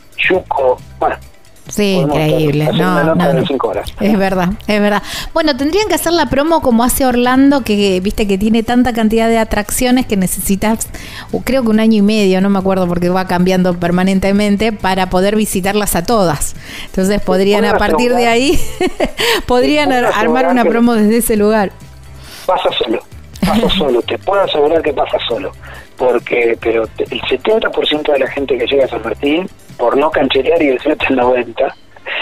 Yuco, bueno. Sí, increíble. No, no, no. Es verdad, es verdad. Bueno, tendrían que hacer la promo como hace Orlando, que viste que tiene tanta cantidad de atracciones que necesitas, creo que un año y medio, no me acuerdo porque va cambiando permanentemente, para poder visitarlas a todas. Entonces podrían a partir de ahí, podrían armar una promo desde ese lugar. Pasa solo, pasa solo, te puedo asegurar que pasa solo. Porque, pero el setenta por ciento de la gente que llega a San Martín, por no cancherear y decir hasta el noventa,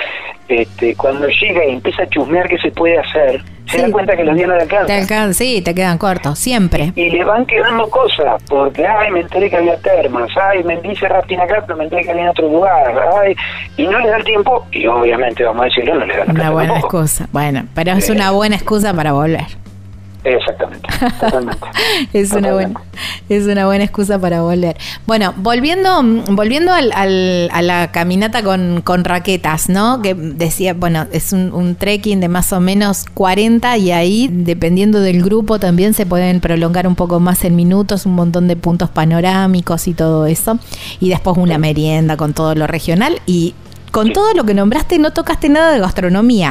este, cuando llega y empieza a chusmear qué se puede hacer, se sí. da cuenta que los días no le alcanzan. Te alcanzan, sí, te quedan cortos, siempre. Y, y le van quedando cosas, porque, ay, me enteré que había termas, ay, me dice rafting acá, pero me enteré que había en otro lugar, ay, y no le da el tiempo, y obviamente, vamos a decirlo, no le da la Una buena tampoco. excusa, bueno, pero es eh, una buena excusa para volver. Exactamente, totalmente. es totalmente. una buena, es una buena excusa para volver. Bueno, volviendo, volviendo al, al, a la caminata con, con raquetas, ¿no? Que decía, bueno, es un, un trekking de más o menos cuarenta y ahí, dependiendo del grupo, también se pueden prolongar un poco más en minutos, un montón de puntos panorámicos y todo eso. Y después una merienda con todo lo regional y con sí. todo lo que nombraste no tocaste nada de gastronomía.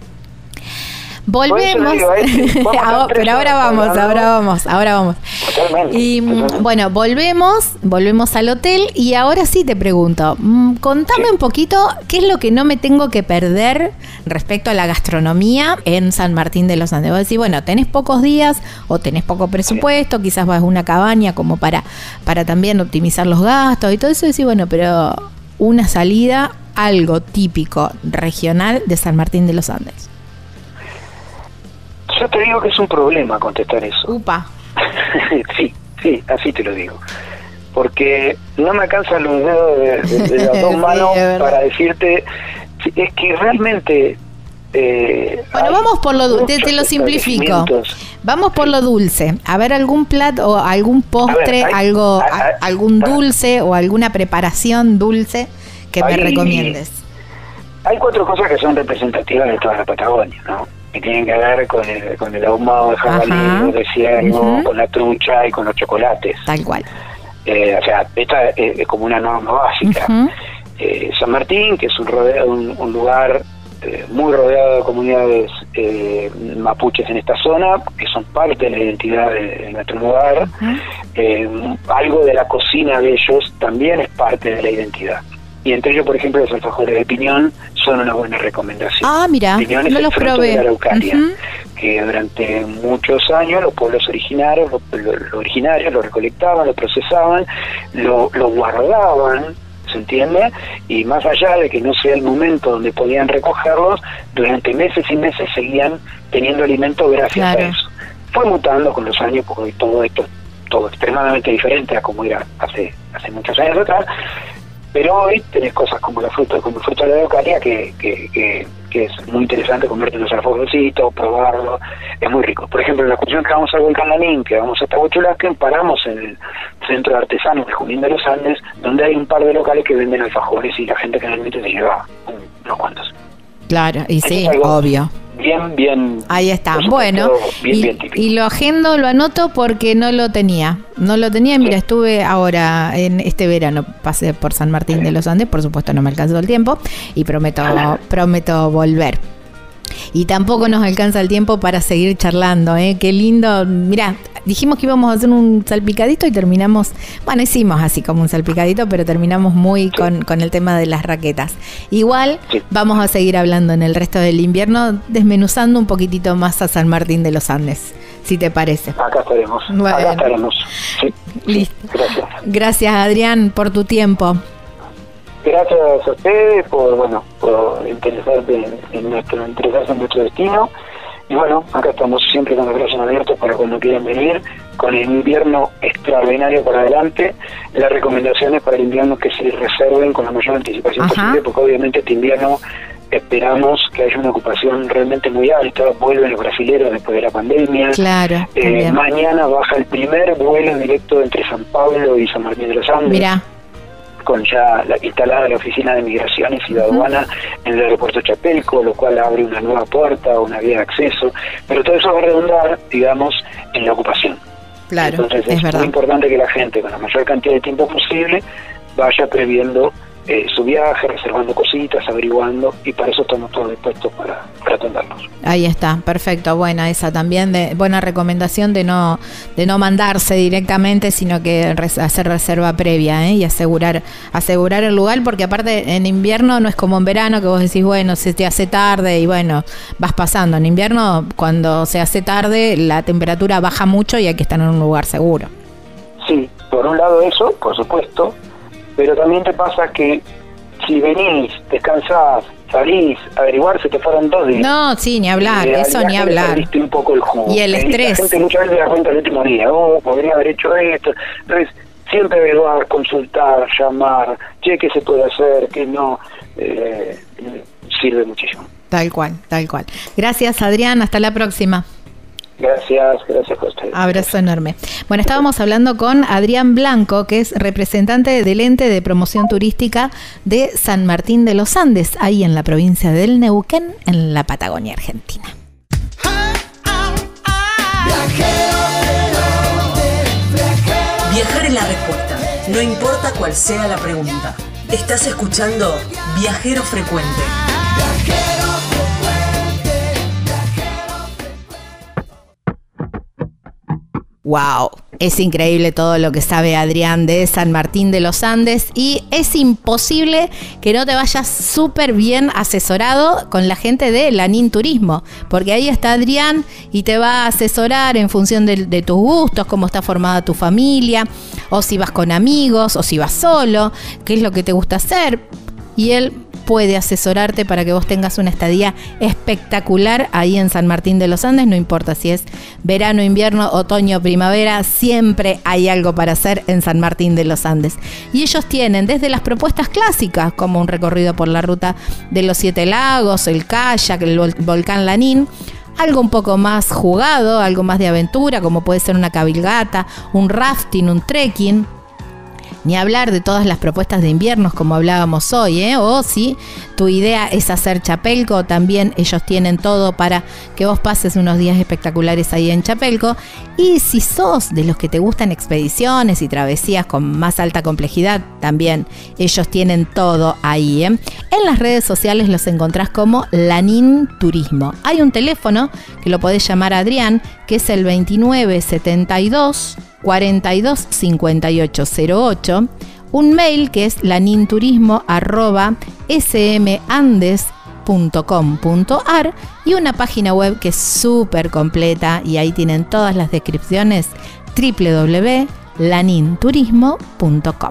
Volvemos, ahora, pero ahora vamos, ahora vamos, ahora vamos. Totalmente, y totalmente. Bueno, volvemos, volvemos al hotel y ahora sí te pregunto, contame sí. un poquito qué es lo que no me tengo que perder respecto a la gastronomía en San Martín de los Andes. Vos decís, bueno, tenés pocos días o tenés poco presupuesto, sí. quizás vas a una cabaña como para, para también optimizar los gastos y todo eso, y decís, bueno, pero una salida, algo típico regional de San Martín de los Andes. Yo te digo que es un problema contestar eso. Upa. sí, sí, así te lo digo. Porque no me alcanzan los dedos de, de, de las dos sí, manos para decirte, es que realmente... Eh, bueno, vamos por lo dulce, te, te lo simplifico. Vamos por lo dulce. A ver, algún plato o algún postre, ver, hay, algo, hay, hay, algún dulce o alguna preparación dulce que hay, me recomiendes. Hay cuatro cosas que son representativas de toda la Patagonia, ¿no? Que tienen que ver con el, con el ahumado de jabalí, de ciervo, uh-huh. con la trucha y con los chocolates. Tal cual. Eh, o sea, esta es, es como una norma básica. Uh-huh. Eh, San Martín, que es un, rodeo, un, un lugar eh, muy rodeado de comunidades eh, mapuches en esta zona, que son parte de la identidad de, de nuestro lugar. Uh-huh. Eh, algo de la cocina de ellos también es parte de la identidad. Y entre ellos, por ejemplo, los alfajores de piñón son una buena recomendación. Ah, mira, piñón es no el los fruto probé. de la araucaria, uh-huh. que durante muchos años los pueblos originarios, los lo, lo originarios lo recolectaban, lo procesaban, lo, lo guardaban, ¿se entiende? Y más allá de que no sea el momento donde podían recogerlos, durante meses y meses seguían teniendo alimento gracias claro. a eso. Fue mutando con los años, porque todo esto todo extremadamente diferente a como era hace hace muchos años atrás. Pero hoy tenés cosas como la fruta, como el fruto de la araucaria, que, que, que, que es muy interesante comerte los alfajorcitos, probarlo, es muy rico. Por ejemplo, en la excursión que vamos al volcán Lanín, que vamos hasta Huacholascan, paramos en el centro de artesanos de Junín de los Andes, donde hay un par de locales que venden alfajores y la gente generalmente se lleva unos cuantos. Claro, y sí, obvio. Bien, bien. Ahí está. Bueno, bien, y, bien y lo agendo, lo anoto porque no lo tenía. No lo tenía, mira, sí. estuve ahora en este verano, pasé por San Martín sí. de los Andes, por supuesto no me alcanzó el tiempo y prometo, prometo volver. Y tampoco nos alcanza el tiempo para seguir charlando, ¿eh? Qué lindo. Mirá, dijimos que íbamos a hacer un salpicadito y terminamos, bueno, hicimos así como un salpicadito, pero terminamos muy sí. con, con el tema de las raquetas. Igual sí. vamos a seguir hablando en el resto del invierno, desmenuzando un poquitito más a San Martín de los Andes, si te parece. Acá estaremos, bueno. acá estaremos. Sí. Listo. Sí. Gracias. Gracias, Adrián, por tu tiempo. gracias a ustedes por, bueno, por interesarse en, en nuestro, interesarse en nuestro destino. Y bueno, acá estamos siempre con los brazos abiertos para cuando quieran venir, con el invierno extraordinario por adelante. Las recomendaciones para el invierno que se reserven con la mayor anticipación Ajá. posible, porque obviamente este invierno esperamos que haya una ocupación realmente muy alta. Vuelven los brasileros después de la pandemia. Claro. Eh, mañana baja el primer vuelo directo entre San Pablo y San Martín de los Andes. Mirá. Con ya la, instalada la oficina de migraciones y de aduana uh-huh. en el aeropuerto Chapelco, lo cual abre una nueva puerta, una vía de acceso, pero todo eso va a redundar, digamos, en la ocupación. Claro, Entonces es, es verdad. muy importante que la gente, con la mayor cantidad de tiempo posible, vaya previendo eh, su viaje, reservando cositas, averiguando, y para eso estamos todos dispuestos para, para atendernos. Ahí está, perfecto. Buena esa también, de, buena recomendación de no de no mandarse directamente, sino que res, hacer reserva previa, ¿eh? Y asegurar asegurar el lugar, porque aparte en invierno no es como en verano que vos decís, bueno, se te hace tarde y bueno, vas pasando. En invierno, cuando se hace tarde, la temperatura baja mucho y hay que estar en un lugar seguro. Sí, por un lado eso, por supuesto, pero también te pasa que si venís, descansás, salís, averiguar, se te fueron dos días. No, sí, ni hablar, eh, eso ni hablar. Perdiste un poco el jugo. Y el eh, estrés. La gente muchas veces se da cuenta el último día, oh, podría haber hecho esto. Entonces, siempre averiguar, consultar, llamar, che, qué se puede hacer, qué no, eh, sirve muchísimo. Tal cual, tal cual. Gracias, Adrián, hasta la próxima. Gracias, gracias a ustedes. Abrazo enorme. Bueno, estábamos hablando con Adrián Blanco, que es representante del ente de promoción turística de San Martín de los Andes, ahí en la provincia del Neuquén, en la Patagonia Argentina. Viajar es la respuesta, no importa cuál sea la pregunta. Estás escuchando Viajero Frecuente. Wow, es increíble todo lo que sabe Adrián de San Martín de los Andes y es imposible que no te vayas súper bien asesorado con la gente de Lanín Turismo, porque ahí está Adrián y te va a asesorar en función de, de tus gustos, cómo está formada tu familia, o si vas con amigos, o si vas solo, qué es lo que te gusta hacer, y él puede asesorarte para que vos tengas una estadía espectacular ahí en San Martín de los Andes, no importa si es verano, invierno, otoño, primavera, siempre hay algo para hacer en San Martín de los Andes. Y ellos tienen desde las propuestas clásicas, como un recorrido por la ruta de los Siete Lagos, el kayak, el vol- volcán Lanín, algo un poco más jugado, algo más de aventura, como puede ser una cabalgata, un rafting, un trekking. Ni hablar de todas las propuestas de inviernos como hablábamos hoy, ¿eh? O si tu idea es hacer Chapelco, también ellos tienen todo para que vos pases unos días espectaculares ahí en Chapelco. Y si sos de los que te gustan expediciones y travesías con más alta complejidad, también ellos tienen todo ahí, ¿eh? En las redes sociales los encontrás como Lanín Turismo. Hay un teléfono que lo podés llamar a Adrián, que es el veintinueve setenta y dos cuarenta y dos cincuenta y ocho cero ocho, un mail que es laninturismo arroba smandes punto com punto ar y una página web que es súper completa y ahí tienen todas las descripciones, doble u doble u doble u punto laninturismo punto com.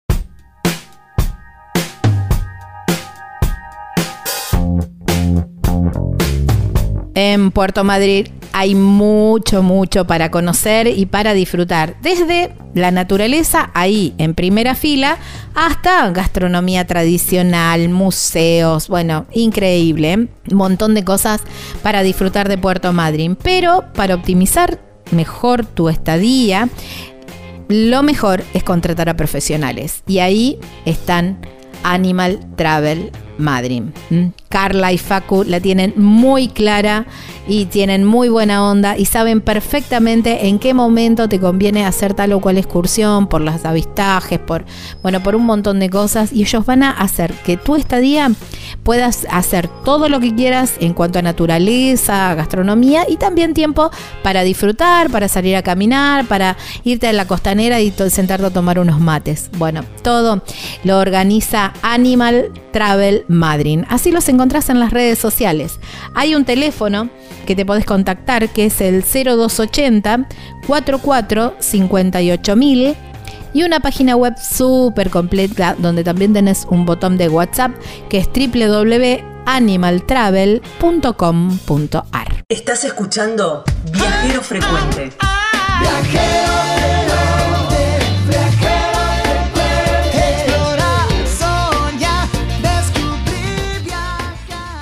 En Puerto Madrid hay mucho, mucho para conocer y para disfrutar. Desde la naturaleza, ahí en primera fila, hasta gastronomía tradicional, museos, bueno, increíble, ¿eh? Un montón de cosas para disfrutar de Puerto Madryn. Pero para optimizar mejor tu estadía, lo mejor es contratar a profesionales. Y ahí están Animal Travel Madryn. ¿Mm? Carla y Facu la tienen muy clara y tienen muy buena onda y saben perfectamente en qué momento te conviene hacer tal o cual excursión, por los avistajes, por, bueno, por un montón de cosas, y ellos van a hacer que tu estadía puedas hacer todo lo que quieras en cuanto a naturaleza, gastronomía y también tiempo para disfrutar, para salir a caminar, para irte a la costanera y sentarte a tomar unos mates. Bueno, todo lo organiza Animal Travel Madryn. Así los encontrás en las redes sociales. Hay un teléfono que te podés contactar que es el cero dos ochenta cuarenta y cuatro cincuenta y ocho mil y una página web súper completa donde también tenés un botón de WhatsApp que es doble u doble u doble u punto animal travel punto com punto a r. Estás escuchando Viajero Frecuente. Viajero frecuente, viajero frecuente. Explorar, soñar, descubrir, viajar.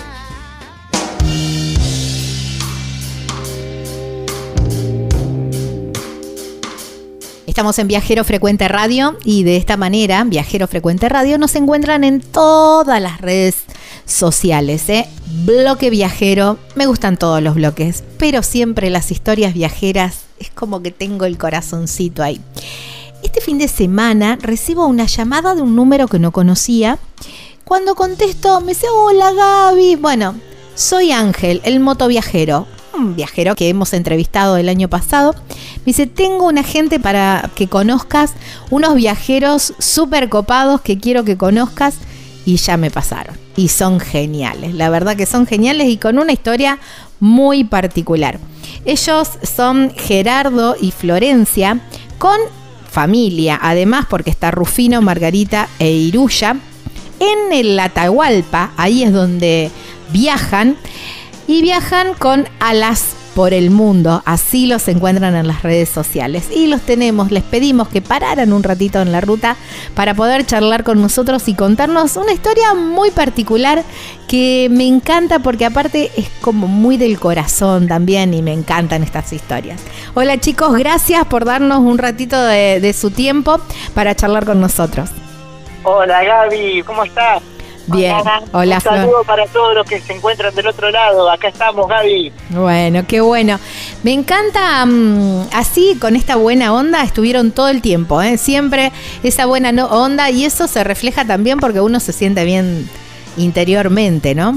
Estamos en Viajero Frecuente Radio y de esta manera, Viajero Frecuente Radio, nos encuentran en todas las redes sociales, ¿eh? Bloque Viajero, me gustan todos los bloques, pero siempre las historias viajeras es como que tengo el corazoncito ahí. Este fin de semana recibo una llamada de un número que no conocía. Cuando contesto me dice, hola Gaby, bueno, soy Ángel, el motoviajero, un viajero que hemos entrevistado el año pasado. Me dice, tengo una gente para que conozcas, unos viajeros súper copados que quiero que conozcas, y ya me pasaron. Y son geniales, la verdad que son geniales y con una historia muy particular. Ellos son Gerardo y Florencia, con familia, además, porque está Rufino, Margarita e Iruya, en el Atahualpa, ahí es donde viajan, y viajan con Alas por el Mundo, así los encuentran en las redes sociales. Y los tenemos, les pedimos que pararan un ratito en la ruta para poder charlar con nosotros y contarnos una historia muy particular que me encanta porque aparte es como muy del corazón también y me encantan estas historias. Hola chicos, gracias por darnos un ratito de, de su tiempo para charlar con nosotros. Hola Gaby, ¿cómo estás? Bien, hola Un Flor. saludo para todos los que se encuentran del otro lado. Acá estamos, Gaby. Bueno, qué bueno. Me encanta, um, así, con esta buena onda, estuvieron todo el tiempo, ¿eh? Siempre esa buena no- onda, y eso se refleja también porque uno se siente bien interiormente, ¿no?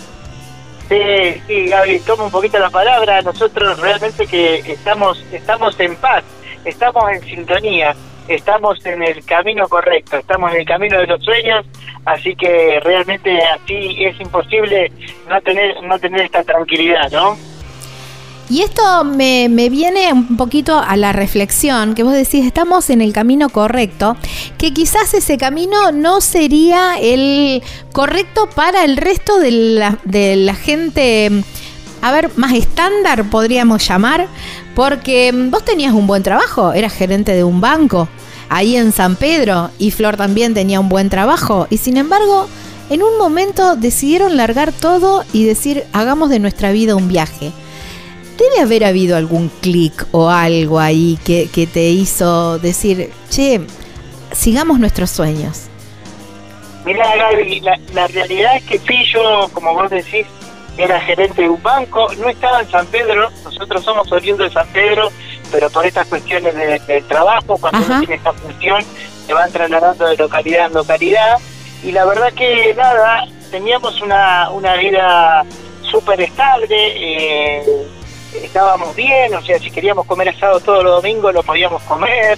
Sí, sí, Gaby, toma un poquito la palabra. Nosotros realmente que estamos, estamos en paz, estamos en sintonía, estamos en el camino correcto, estamos en el camino de los sueños. Así que realmente así es imposible no tener no tener esta tranquilidad, ¿no? Y esto me, me viene un poquito a la reflexión, que vos decís, estamos en el camino correcto, que quizás ese camino no sería el correcto para el resto de la, de la gente, a ver, más estándar podríamos llamar, porque vos tenías un buen trabajo, eras gerente de un banco ahí en San Pedro, y Flor también tenía un buen trabajo, y sin embargo, en un momento decidieron largar todo y decir, hagamos de nuestra vida un viaje. Debe haber habido algún clic o algo ahí que, que te hizo decir, che, sigamos nuestros sueños. Mirá, Gaby, la, la realidad es que sí, yo, como vos decís, era gerente de un banco, no estaba en San Pedro, nosotros somos oriundos de San Pedro, pero por estas cuestiones de, de trabajo, cuando Ajá. uno tiene esta función, se van trasladando de localidad en localidad, y la verdad que nada, teníamos una, una vida súper estable, eh, estábamos bien, o sea, si queríamos comer asado todos los domingos lo podíamos comer,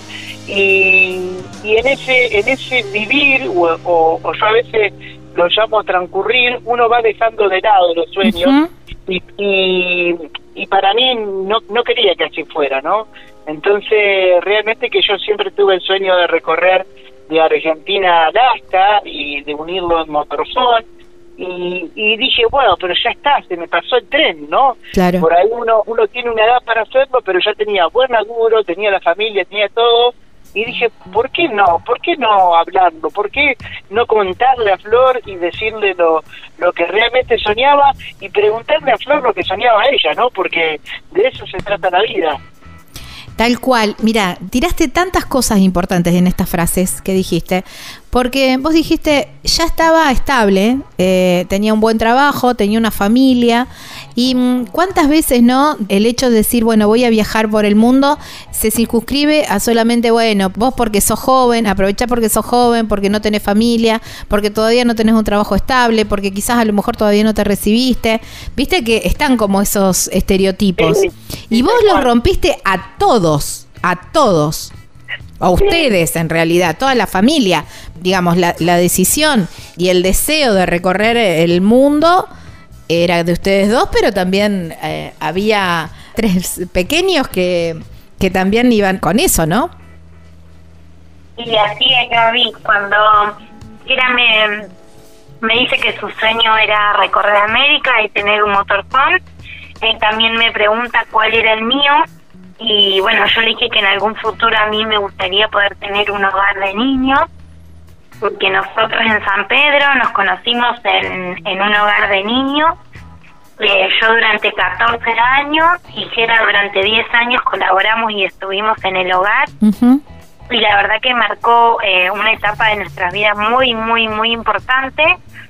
y, y en ese en ese vivir, o, o, o yo a veces lo llamo transcurrir, uno va dejando de lado los sueños, Uh-huh. y, y, y para mí no, no quería que así fuera, ¿no? Entonces, realmente que yo siempre tuve el sueño de recorrer de Argentina a Alaska y de unirlo en motorzón, y, y dije, bueno, pero ya está, se me pasó el tren, ¿no? Claro. Por ahí uno uno tiene una edad para hacerlo, pero ya tenía buen laburo, tenía la familia, tenía todo, y dije, ¿por qué no? ¿Por qué no hablarlo? ¿Por qué no contarle a Flor y decirle lo, lo que realmente soñaba y preguntarle a Flor lo que soñaba ella, ¿no? Porque de eso se trata la vida. Tal cual. Mira, tiraste tantas cosas importantes en estas frases que dijiste, porque vos dijiste, ya estaba estable, eh, tenía un buen trabajo, tenía una familia, y mm, cuántas veces, ¿no? El hecho de decir, bueno, voy a viajar por el mundo, se circunscribe a solamente, bueno, vos porque sos joven, aprovechá porque sos joven, porque no tenés familia, porque todavía no tenés un trabajo estable, porque quizás a lo mejor todavía no te recibiste. Viste que están como esos estereotipos. Sí, Y vos los rompiste a todos, a todos. A ustedes, en realidad, toda la familia. Digamos, la, la decisión y el deseo de recorrer el mundo era de ustedes dos, pero también eh, había tres pequeños que, que también iban con eso, ¿no? Y así es, Gaby, cuando Kira me, me dice que su sueño era recorrer América y tener un motorhome, él también me pregunta cuál era el mío, y bueno, yo le dije que en algún futuro a mí me gustaría poder tener un hogar de niños, porque nosotros en San Pedro nos conocimos en, en un hogar de niños. Eh, yo durante catorce años y Gera durante diez años colaboramos y estuvimos en el hogar. Uh-huh. Y la verdad que marcó eh, una etapa de nuestras vidas muy, muy, muy importante,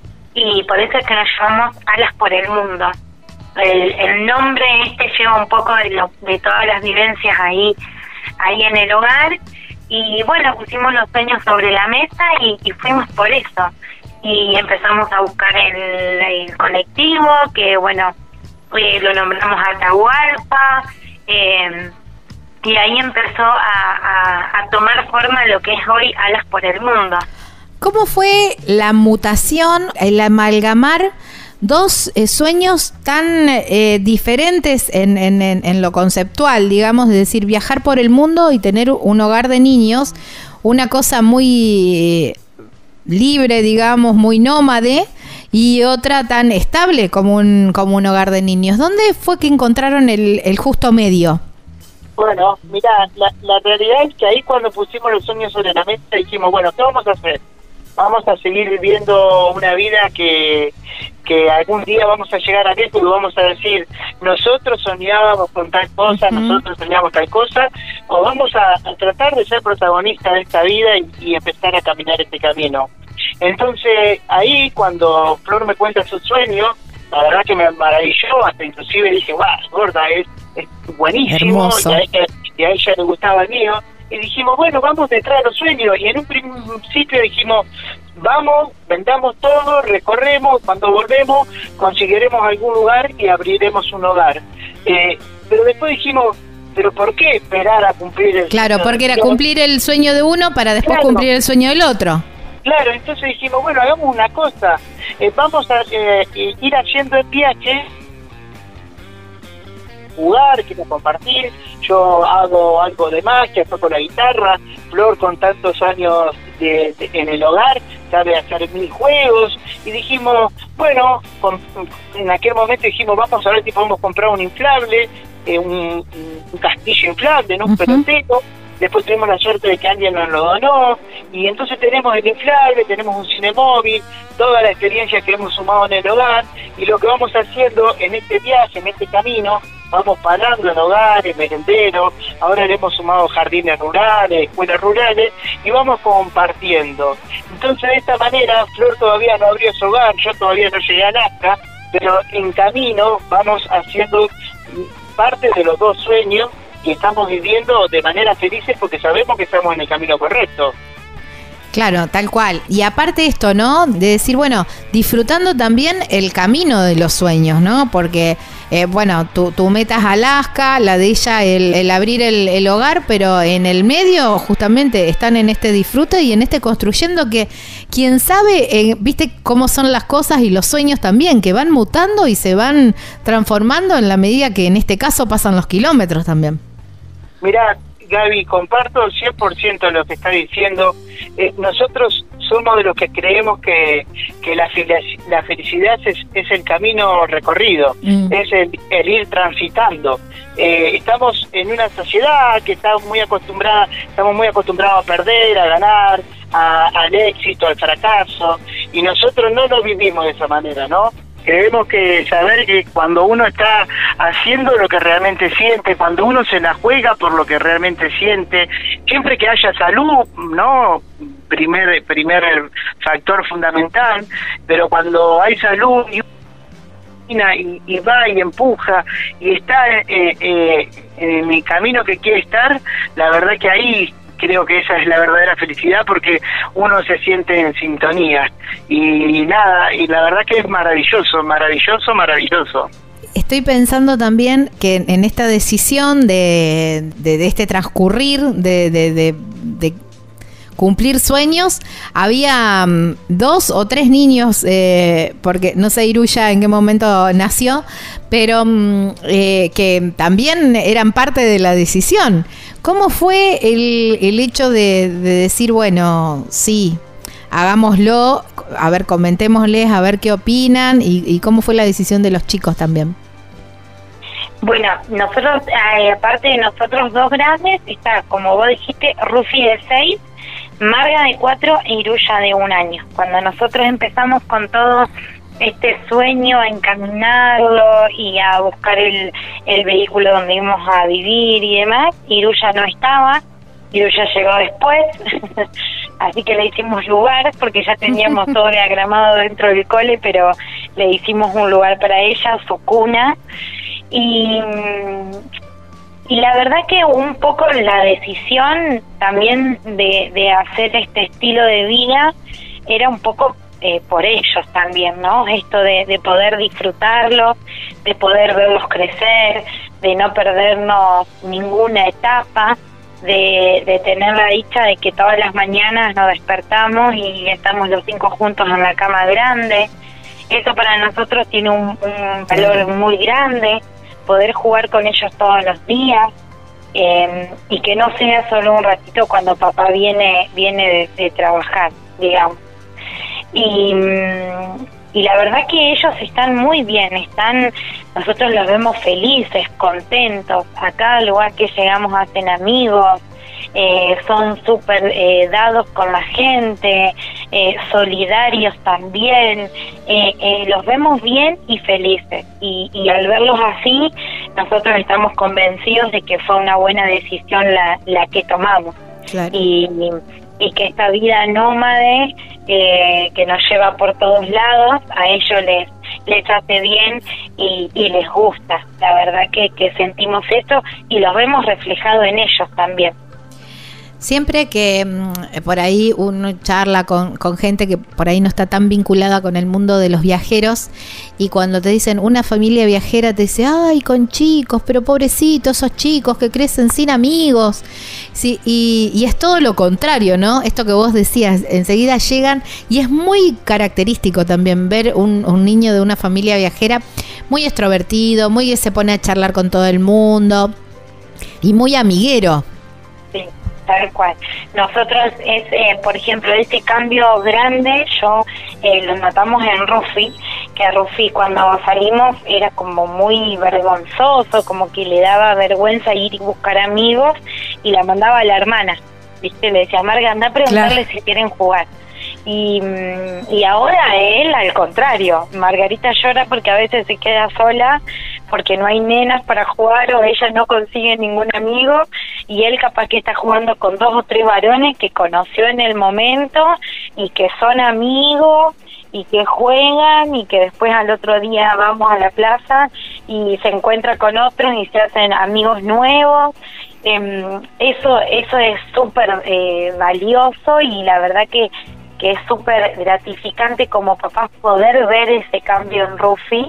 y por eso es que nos llamamos Alas por el Mundo. El, el nombre este lleva un poco de, lo, de todas las vivencias ahí, ahí en el hogar, y bueno, pusimos los sueños sobre la mesa y, y fuimos por eso. Y empezamos a buscar el, el colectivo, que bueno, eh, lo nombramos Atahualpa, eh, y ahí empezó a, a, a tomar forma lo que es hoy Alas por el Mundo. ¿Cómo fue la mutación, el amalgamar dos eh, sueños tan eh, diferentes en, en, en, en lo conceptual, digamos, de decir, viajar por el mundo y tener un hogar de niños, una cosa muy eh, libre, digamos, muy nómade, y otra tan estable como un, como un hogar de niños? ¿Dónde fue que encontraron el, el justo medio? Bueno, mira, la, la realidad es que ahí cuando pusimos los sueños sobre la mesa dijimos, bueno, ¿qué vamos a hacer? Vamos a seguir viviendo una vida que, que algún día vamos a llegar a esto y vamos a decir, nosotros soñábamos con tal cosa, uh-huh. nosotros soñábamos tal cosa, o vamos a, a tratar de ser protagonistas de esta vida y, y empezar a caminar este camino. Entonces, ahí cuando Flor me cuenta su sueño, la verdad que me maravilló, hasta inclusive dije, guau, gorda, es, es buenísimo, y a, ella, y a ella le gustaba el mío, y dijimos, bueno, vamos detrás de los sueños, y en un principio dijimos, vamos, vendamos todo, recorremos, cuando volvemos conseguiremos algún lugar y abriremos un hogar. Eh, pero después dijimos, ¿pero por qué esperar a cumplir el Claro, sueño? porque era cumplir el sueño de uno para después claro. cumplir el sueño del otro. Claro, entonces dijimos, bueno, hagamos una cosa, eh, vamos a eh, ir haciendo el viaje, jugar, quiero compartir, yo hago algo de magia, toco la guitarra, Flor con tantos años de, de, en el hogar, sabe hacer mil juegos, y dijimos, bueno, con, en aquel momento dijimos, vamos a ver si podemos comprar un inflable, eh, un, un castillo inflable, ¿no? Un uh-huh. pelotero. Después tuvimos la suerte de que alguien nos lo donó, y entonces tenemos el inflable, tenemos un cinemóvil, toda la experiencia que hemos sumado en el hogar, y lo que vamos haciendo en este viaje, en este camino, vamos parando en hogares, merenderos, ahora le hemos sumado jardines rurales, escuelas rurales, y vamos compartiendo. Entonces de esta manera, Flor todavía no abrió su hogar, yo todavía no llegué a Alaska, pero en camino vamos haciendo parte de los dos sueños, y estamos viviendo de manera felices porque sabemos que estamos en el camino correcto. Claro, tal cual. Y aparte esto, ¿no? De decir, bueno, disfrutando también el camino de los sueños, ¿no? Porque, eh, bueno, tu, tu meta es Alaska, la de ella el, el abrir el, el hogar, pero en el medio justamente están en este disfrute y en este construyendo que, quién sabe, eh, viste cómo son las cosas y los sueños también, que van mutando y se van transformando en la medida que en este caso pasan los kilómetros también. Mirá, Gaby, comparto cien por ciento lo que está diciendo. Eh, nosotros somos de los que creemos que, que la, la felicidad es, es el camino recorrido, mm. es el, el ir transitando. Eh, estamos en una sociedad que está muy acostumbrada, estamos muy acostumbrados a perder, a ganar, a, al éxito, al fracaso, y nosotros no lo vivimos de esa manera, ¿no? Tenemos que saber que cuando uno está haciendo lo que realmente siente, cuando uno se la juega por lo que realmente siente, siempre que haya salud, ¿no? Primer, primer factor fundamental, pero cuando hay salud y, y, y va y empuja y está eh, eh, en el camino que quiere estar, la verdad que ahí creo que esa es la verdadera felicidad, porque uno se siente en sintonía y nada, y la verdad que es maravilloso, maravilloso, maravilloso. Estoy pensando también que en esta decisión de, de, de este transcurrir, de, de, de, de cumplir sueños. Había um, dos o tres niños, eh, porque no sé Iruya en qué momento nació, pero um, eh, que también eran parte de la decisión. ¿Cómo fue el, el hecho de, de decir, bueno, sí, hagámoslo, a ver, comentémosles, a ver qué opinan, y, y cómo fue la decisión de los chicos también? Bueno, nosotros, eh, aparte de nosotros dos grandes, está, como vos dijiste, Rufi de seis, Marga de cuatro e Iruya de un año. Cuando nosotros empezamos con todo este sueño a encaminarlo y a buscar el, el vehículo donde íbamos a vivir y demás, Iruya no estaba, Iruya llegó después, así que le hicimos lugar, porque ya teníamos todo diagramado dentro del cole, pero le hicimos un lugar para ella, su cuna. Y, y la verdad que un poco la decisión también de, de hacer este estilo de vida era un poco eh, por ellos también, ¿no? Esto de, de poder disfrutarlo, de poder verlos crecer, de no perdernos ninguna etapa, de, de tener la dicha de que todas las mañanas nos despertamos y estamos los cinco juntos en la cama grande. Eso para nosotros tiene un, un valor muy grande, poder jugar con ellos todos los días, eh, y que no sea solo un ratito cuando papá viene viene de, de trabajar, digamos. Y, y la verdad que ellos están muy bien, están, nosotros los vemos felices, contentos. A cada lugar que llegamos hacen amigos, eh, son súper eh, dados con la gente, eh, solidarios también, eh, eh, los vemos bien y felices, y, y al verlos así nosotros estamos convencidos de que fue una buena decisión la, la que tomamos. Claro. y, y que esta vida nómade eh, que nos lleva por todos lados, a ellos les les hace bien y, y les gusta. La verdad que, que sentimos esto y los vemos reflejado en ellos también. Siempre que mmm, por ahí uno charla con, con gente que por ahí no está tan vinculada con el mundo de los viajeros, y cuando te dicen una familia viajera te dice, ay, con chicos, pero pobrecitos esos chicos que crecen sin amigos. Sí, y, y es todo lo contrario, ¿no? Esto que vos decías, enseguida llegan, y es muy característico también ver un, un niño de una familia viajera muy extrovertido, muy que se pone a charlar con todo el mundo y muy amiguero. Sí. Tal cual. Nosotros, es eh, por ejemplo, este cambio grande, yo eh, lo notamos en Rufi, que Rufi cuando salimos era como muy vergonzoso, como que le daba vergüenza ir y buscar amigos, y la mandaba a la hermana, ¿viste? Le decía, Marga, anda a preguntarle claro. si quieren jugar. Y, y ahora él, al contrario, Margarita llora porque a veces se queda sola, porque no hay nenas para jugar o ella no consigue ningún amigo, y él capaz que está jugando con dos o tres varones que conoció en el momento y que son amigos y que juegan, y que después al otro día vamos a la plaza y se encuentra con otros y se hacen amigos nuevos. Eh, eso eso es súper eh, valioso, y la verdad que que es súper gratificante como papás poder ver ese cambio en Rufi,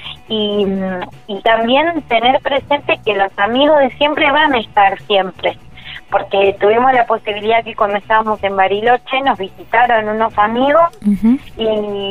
y, y también tener presente que los amigos de siempre van a estar siempre, porque tuvimos la posibilidad que cuando estábamos en Bariloche nos visitaron unos amigos, uh-huh. y,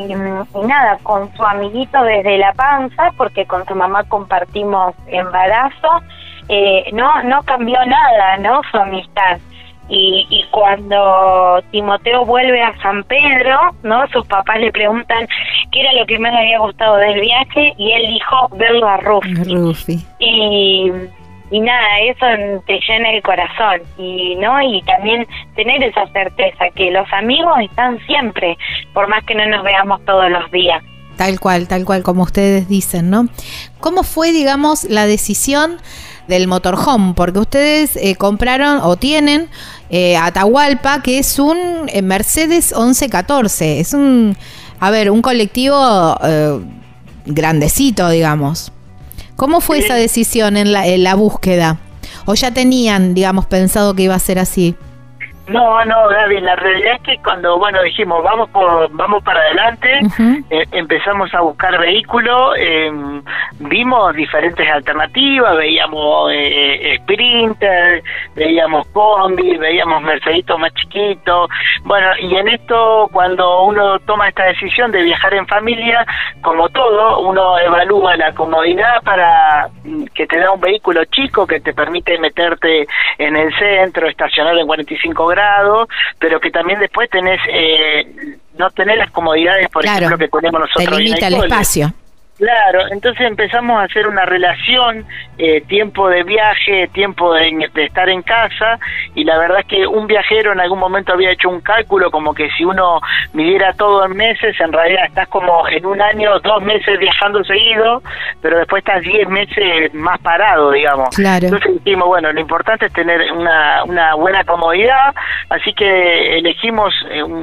y nada, con su amiguito desde la panza, porque con su mamá compartimos embarazo, eh, no, no cambió nada, ¿no? Su amistad. Y, y cuando Timoteo vuelve a San Pedro, ¿no? Sus papás le preguntan qué era lo que más le había gustado del viaje, y él dijo verlo a Rufi. Rufi. Y, y nada, eso te llena el corazón, y no y también tener esa certeza que los amigos están siempre, por más que no nos veamos todos los días. Tal cual, tal cual, como ustedes dicen, ¿no? ¿Cómo fue, digamos, la decisión del motorhome? Porque ustedes eh, compraron o tienen eh, Atahualpa, que es un eh, Mercedes once catorce. Es un, a ver, un colectivo eh, grandecito, digamos. ¿Cómo fue sí. esa decisión en la, en la búsqueda? ¿O ya tenían, digamos, pensado que iba a ser así? No, no, Gaby, la realidad es que cuando, bueno, dijimos, vamos por, vamos para adelante, uh-huh. eh, empezamos a buscar vehículos, eh, vimos diferentes alternativas, veíamos eh, Sprinter, veíamos Combi, veíamos Merceditos más chiquitos, bueno, y en esto, cuando uno toma esta decisión de viajar en familia, como todo, uno evalúa la comodidad para que te da un vehículo chico que te permite meterte en el centro, estacionar en cuarenta y cinco grados, pero que también después tenés eh, no tenés las comodidades, por claro, ejemplo, que tenemos nosotros. Te limita en el, el espacio. Claro, entonces empezamos a hacer una relación, eh, tiempo de viaje, tiempo de, de estar en casa, y la verdad es que un viajero en algún momento había hecho un cálculo como que si uno midiera todo en meses, en realidad estás como en un año, dos meses viajando seguido, pero después estás diez meses más parado, digamos. Claro. Entonces dijimos, bueno, lo importante es tener una, una buena comodidad, así que elegimos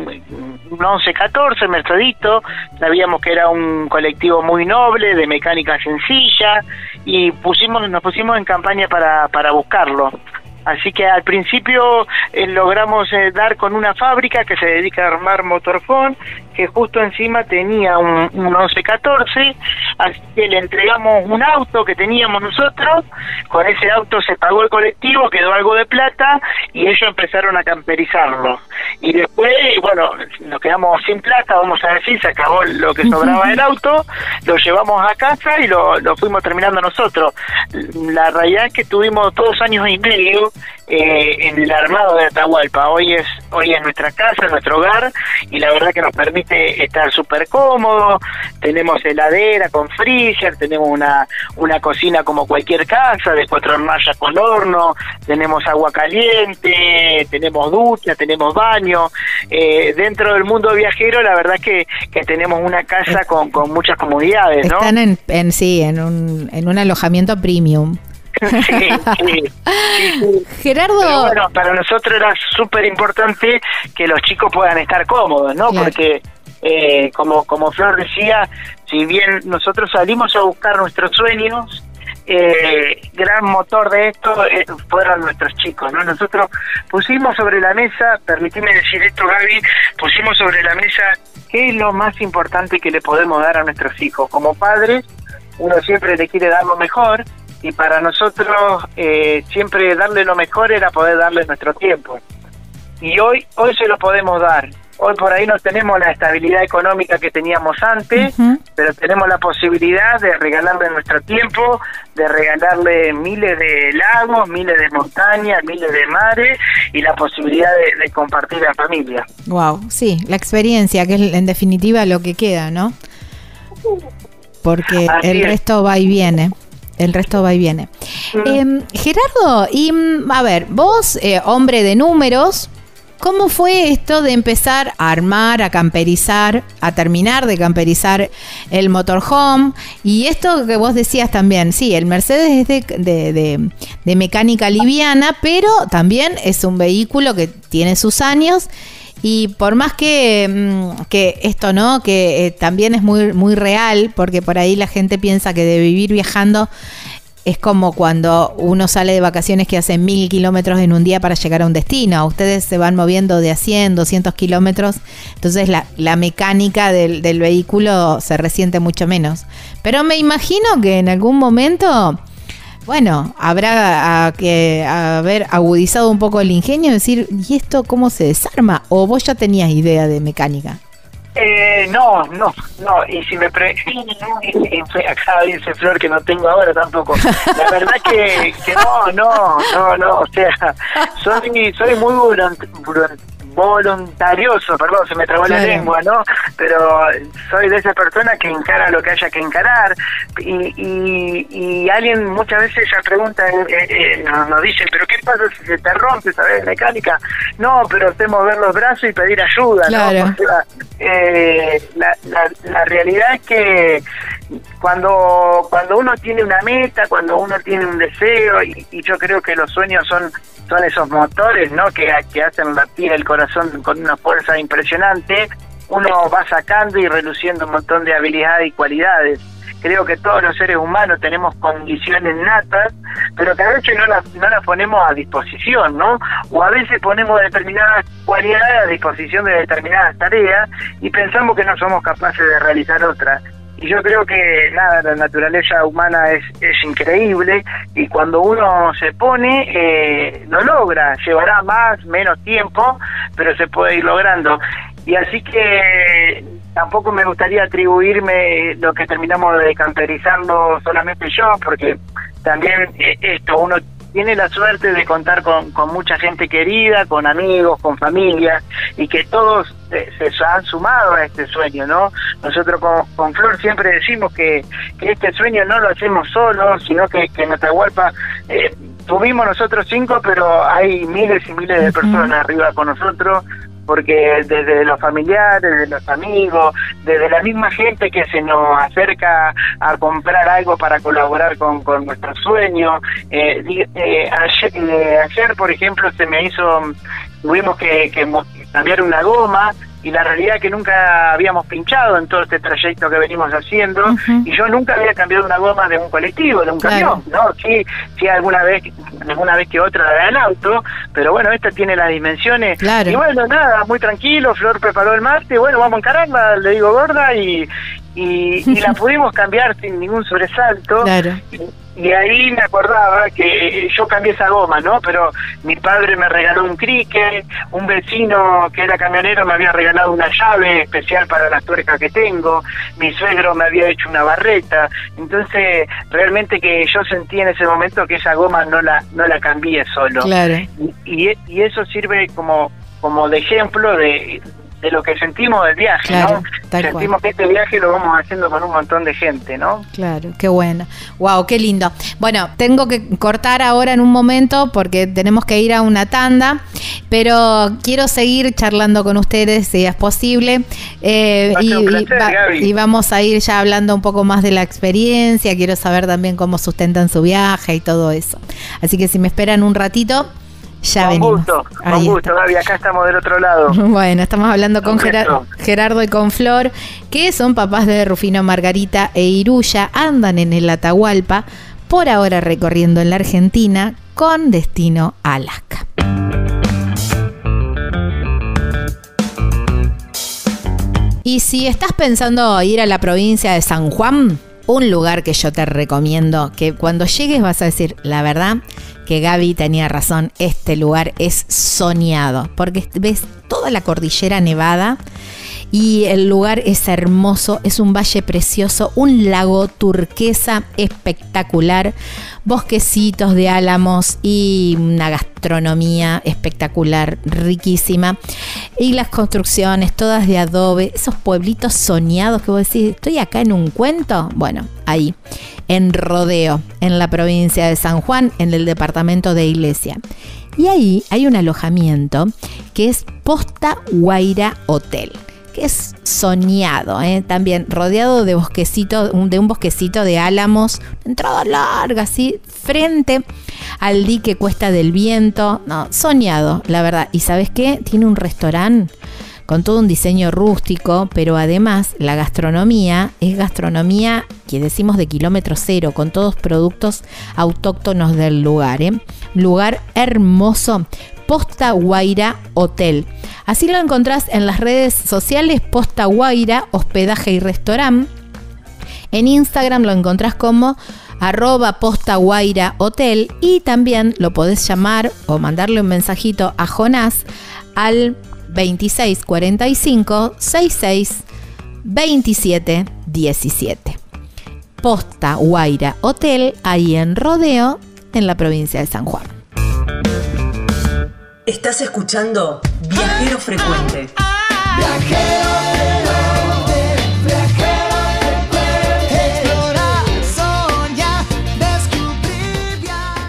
un, un once catorce Mercedito, sabíamos que era un colectivo muy noble, de mecánica sencilla, y pusimos nos pusimos en campaña para, para buscarlo. Así que al principio eh, logramos eh, dar con una fábrica que se dedica a armar motorhome, que justo encima tenía un, un once catorce, así que le entregamos un auto que teníamos nosotros, con ese auto se pagó el colectivo, quedó algo de plata, y ellos empezaron a camperizarlo. Y después, bueno, nos quedamos sin plata, vamos a decir, se acabó lo que sobraba del auto, lo llevamos a casa y lo, lo fuimos terminando nosotros. La realidad es que tuvimos dos años y medio eh, en el armado de Atahualpa. Hoy es hoy es nuestra casa, nuestro hogar, y la verdad que nos permite estar súper cómodos. Tenemos heladera con freezer, tenemos una una cocina como cualquier casa, de cuatro hornallas con horno, tenemos agua caliente, tenemos ducha, tenemos baño. Eh, dentro del mundo viajero, la verdad que, que tenemos una casa con, con muchas comodidades, ¿no? Están en, en sí, en un, en un alojamiento premium. Sí, sí, sí, sí. Gerardo, pero bueno, para nosotros era súper importante que los chicos puedan estar cómodos, ¿no? Claro. Porque eh, como como Flor decía, si bien nosotros salimos a buscar nuestros sueños, eh, gran motor de esto eh, fueron nuestros chicos, ¿no? Nosotros pusimos sobre la mesa, permitime decir esto, Gaby, pusimos sobre la mesa qué es lo más importante que le podemos dar a nuestros hijos. Como padres, uno siempre le quiere dar lo mejor, y para nosotros eh, siempre darle lo mejor era poder darle nuestro tiempo. Y hoy hoy se lo podemos dar. Hoy por ahí no tenemos la estabilidad económica que teníamos antes, uh-huh. pero tenemos la posibilidad de regalarle nuestro tiempo, de regalarle miles de lagos, miles de montañas, miles de mares, y la posibilidad de, de compartir la familia. Wow, sí, la experiencia, que es en definitiva lo que queda, ¿no? Porque Así el es. resto va y viene. El resto va y viene. Mm. Eh, Gerardo, y a ver, vos, eh, hombre de números, ¿cómo fue esto de empezar a armar, a camperizar, a terminar de camperizar el motorhome? Y esto que vos decías también, sí, el Mercedes es de, de, de, de mecánica liviana, pero también es un vehículo que tiene sus años. Y por más que, que esto, ¿no? Que eh, también es muy, muy real, porque por ahí la gente piensa que de vivir viajando es como cuando uno sale de vacaciones que hace mil kilómetros en un día para llegar a un destino. Ustedes se van moviendo de a cien, doscientos kilómetros, entonces la, la mecánica del, del vehículo se resiente mucho menos. Pero me imagino que en algún momento... Bueno, habrá a, que haber agudizado un poco el ingenio y decir, ¿y esto cómo se desarma? ¿O vos ya tenías idea de mecánica? Eh, no, no, no, y si me pre... acá dice Flor que no tengo ahora tampoco. La verdad que, que no, no, no, no, o sea, soy, soy muy voluntarioso, perdón, se me trabó claro. la lengua, ¿no? Pero soy de esa persona que encara lo que haya que encarar, y, y, y alguien muchas veces ya pregunta, eh, eh, nos, nos dice, ¿pero qué pasa si se te rompe, sabes, mecánica? No, pero sé mover los brazos y pedir ayuda, claro. ¿no? O sea, eh, la, la, la realidad es que cuando cuando uno tiene una meta, cuando uno tiene un deseo, y, y yo creo que los sueños son son esos motores, ¿no? Que, que hacen latir el corazón con una fuerza impresionante, uno va sacando y reluciendo un montón de habilidades y cualidades. creo que todos los seres humanos tenemos condiciones natas, pero que a veces no las, no las ponemos a disposición, ¿no? O a veces ponemos determinadas cualidades a disposición de determinadas tareas y pensamos que no somos capaces de realizar otras. Y yo creo que, nada, la naturaleza humana es, es increíble y cuando uno se pone, eh, lo logra. Llevará más, menos tiempo, pero se puede ir logrando. Y así que tampoco me gustaría atribuirme lo que terminamos de camperizarlo solamente yo, porque también eh, esto, uno tiene la suerte de contar con, con mucha gente querida, con amigos, con familia, y que todos eh, se han sumado a este sueño, ¿no? Nosotros con, con Flor siempre decimos que, que este sueño no lo hacemos solos, sino que, que en Atahualpa eh, tuvimos nosotros cinco, pero hay miles y miles de personas uh-huh. arriba con nosotros, porque desde los familiares, desde los amigos, desde la misma gente que se nos acerca a comprar algo para colaborar con, con nuestro sueño. Eh, eh, ayer, eh, ayer, por ejemplo, se me hizo, tuvimos que, que cambiar una goma, y la realidad es que nunca habíamos pinchado en todo este trayecto que venimos haciendo, uh-huh. y yo nunca había cambiado una goma de un colectivo, de un claro. camión, ¿no? Sí, sí alguna vez, alguna vez que otra del auto, pero bueno, esta tiene las dimensiones, claro. y bueno, nada, muy tranquilo, Flor preparó el mate, bueno, vamos a encararla, le digo gorda, y, y, y la pudimos cambiar sin ningún sobresalto, claro. y, y ahí me acordaba que yo cambié esa goma, ¿no? Pero mi padre me regaló un cricket, un vecino que era camionero me había regalado una llave especial para las tuercas que tengo, mi suegro me había hecho una barreta, entonces realmente que yo sentí en ese momento que esa goma no la no la cambié solo. Claro. Y, y, y eso sirve como, como de ejemplo de... de lo que sentimos del viaje, claro, ¿no? Tal sentimos cual. que este viaje lo vamos haciendo con un montón de gente, ¿no? Claro, qué bueno. Wow, qué lindo. Bueno, tengo que cortar ahora en un momento porque tenemos que ir a una tanda, pero quiero seguir charlando con ustedes si es posible. Eh, y, placer, y, va, y vamos a ir ya hablando un poco más de la experiencia. Quiero saber también cómo sustentan su viaje y todo eso. Así que si me esperan un ratito, ya con venimos. Gusto, Ahí con gusto, Gaby, acá estamos del otro lado. Bueno, estamos hablando con, con Gerar- Gerardo y con Flor, que son papás de Rufino, Margarita e Iruya, andan en el Atahualpa, por ahora recorriendo en la Argentina, con destino a Alaska. Y si estás pensando ir a la provincia de San Juan, un lugar que yo te recomiendo, que cuando llegues vas a decir, la verdad, que Gaby tenía razón, este lugar es soñado, porque ves toda la cordillera nevada y el lugar es hermoso, es un valle precioso, un lago turquesa espectacular, bosquecitos de álamos y una gastronomía espectacular, riquísima, y las construcciones todas de adobe, esos pueblitos soñados que vos decís, estoy acá en un cuento, bueno, ahí, en Rodeo, en la provincia de San Juan, en el departamento de Iglesia. Y ahí hay un alojamiento que es Posta Guaira Hotel, que es soñado, ¿eh? También rodeado de bosquecito, de un bosquecito de álamos, entrada larga, así, frente al dique Cuesta del Viento. No, soñado, la verdad. ¿Y sabes qué? Tiene un restaurante con todo un diseño rústico, pero además la gastronomía es gastronomía que decimos de kilómetro cero, con todos productos autóctonos del lugar, ¿eh? Lugar hermoso, Posta Guaira Hotel. Así lo encontrás en las redes sociales, Posta Guaira, hospedaje y restaurante. En Instagram lo encontrás como arroba Posta Guaira Hotel, y también lo podés llamar o mandarle un mensajito a Jonás al veintiséis cuarenta y cinco sesenta y seis veintisiete diecisiete. Posta Guaira Hotel, ahí en Rodeo, en la provincia de San Juan. Estás escuchando Viajero Frecuente. Viajero frecuente, viajero frecuente. Explorar, soñar, descubrir,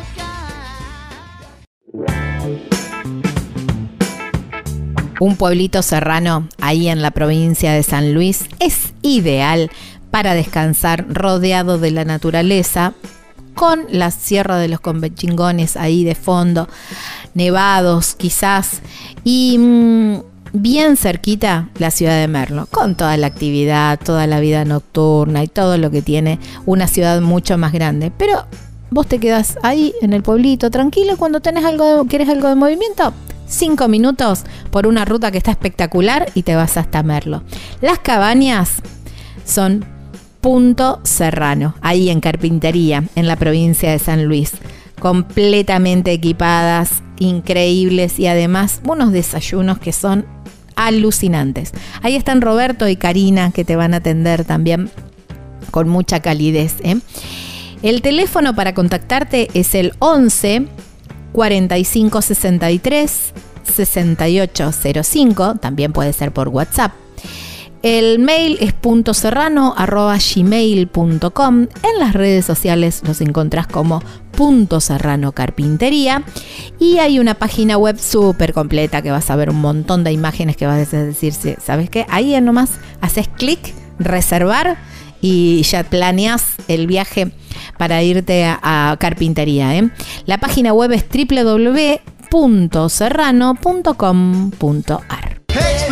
viajar. Un pueblito serrano ahí en la provincia de San Luis es ideal para descansar rodeado de la naturaleza, con la Sierra de los Convechingones ahí de fondo, nevados quizás, y mmm, bien cerquita la ciudad de Merlo, con toda la actividad, toda la vida nocturna y todo lo que tiene una ciudad mucho más grande. Pero vos te quedás ahí en el pueblito tranquilo. Cuando tenés algo de, querés algo de movimiento, cinco minutos por una ruta que está espectacular y te vas hasta Merlo. Las cabañas son Punto Serrano, ahí en Carpintería, en la provincia de San Luis, completamente equipadas, increíbles, y además unos desayunos que son alucinantes. Ahí están Roberto y Karina, que te van a atender también con mucha calidez, ¿eh? El teléfono para contactarte es el once cuarenta y cinco sesenta y tres sesenta y ocho cero cinco, también puede ser por WhatsApp. El mail es puntoserrano arroba gmail punto com. En las redes sociales los encontrás como Punto Serrano Carpintería, y hay una página web súper completa que vas a ver un montón de imágenes que vas a decir, ¿sabes qué? Ahí nomás haces clic, reservar, y ya planeas el viaje para irte a, a Carpintería, ¿eh? La página web es doble u doble u doble u punto serrano punto com punto a r.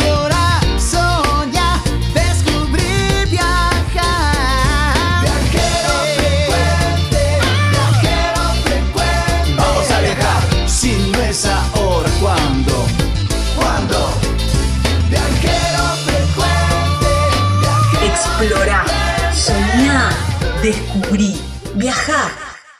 Ahora, ¿cuándo? ¿Cuándo? Viajero frecuente, viajero. Explorá, soñá, descubrí, viajá.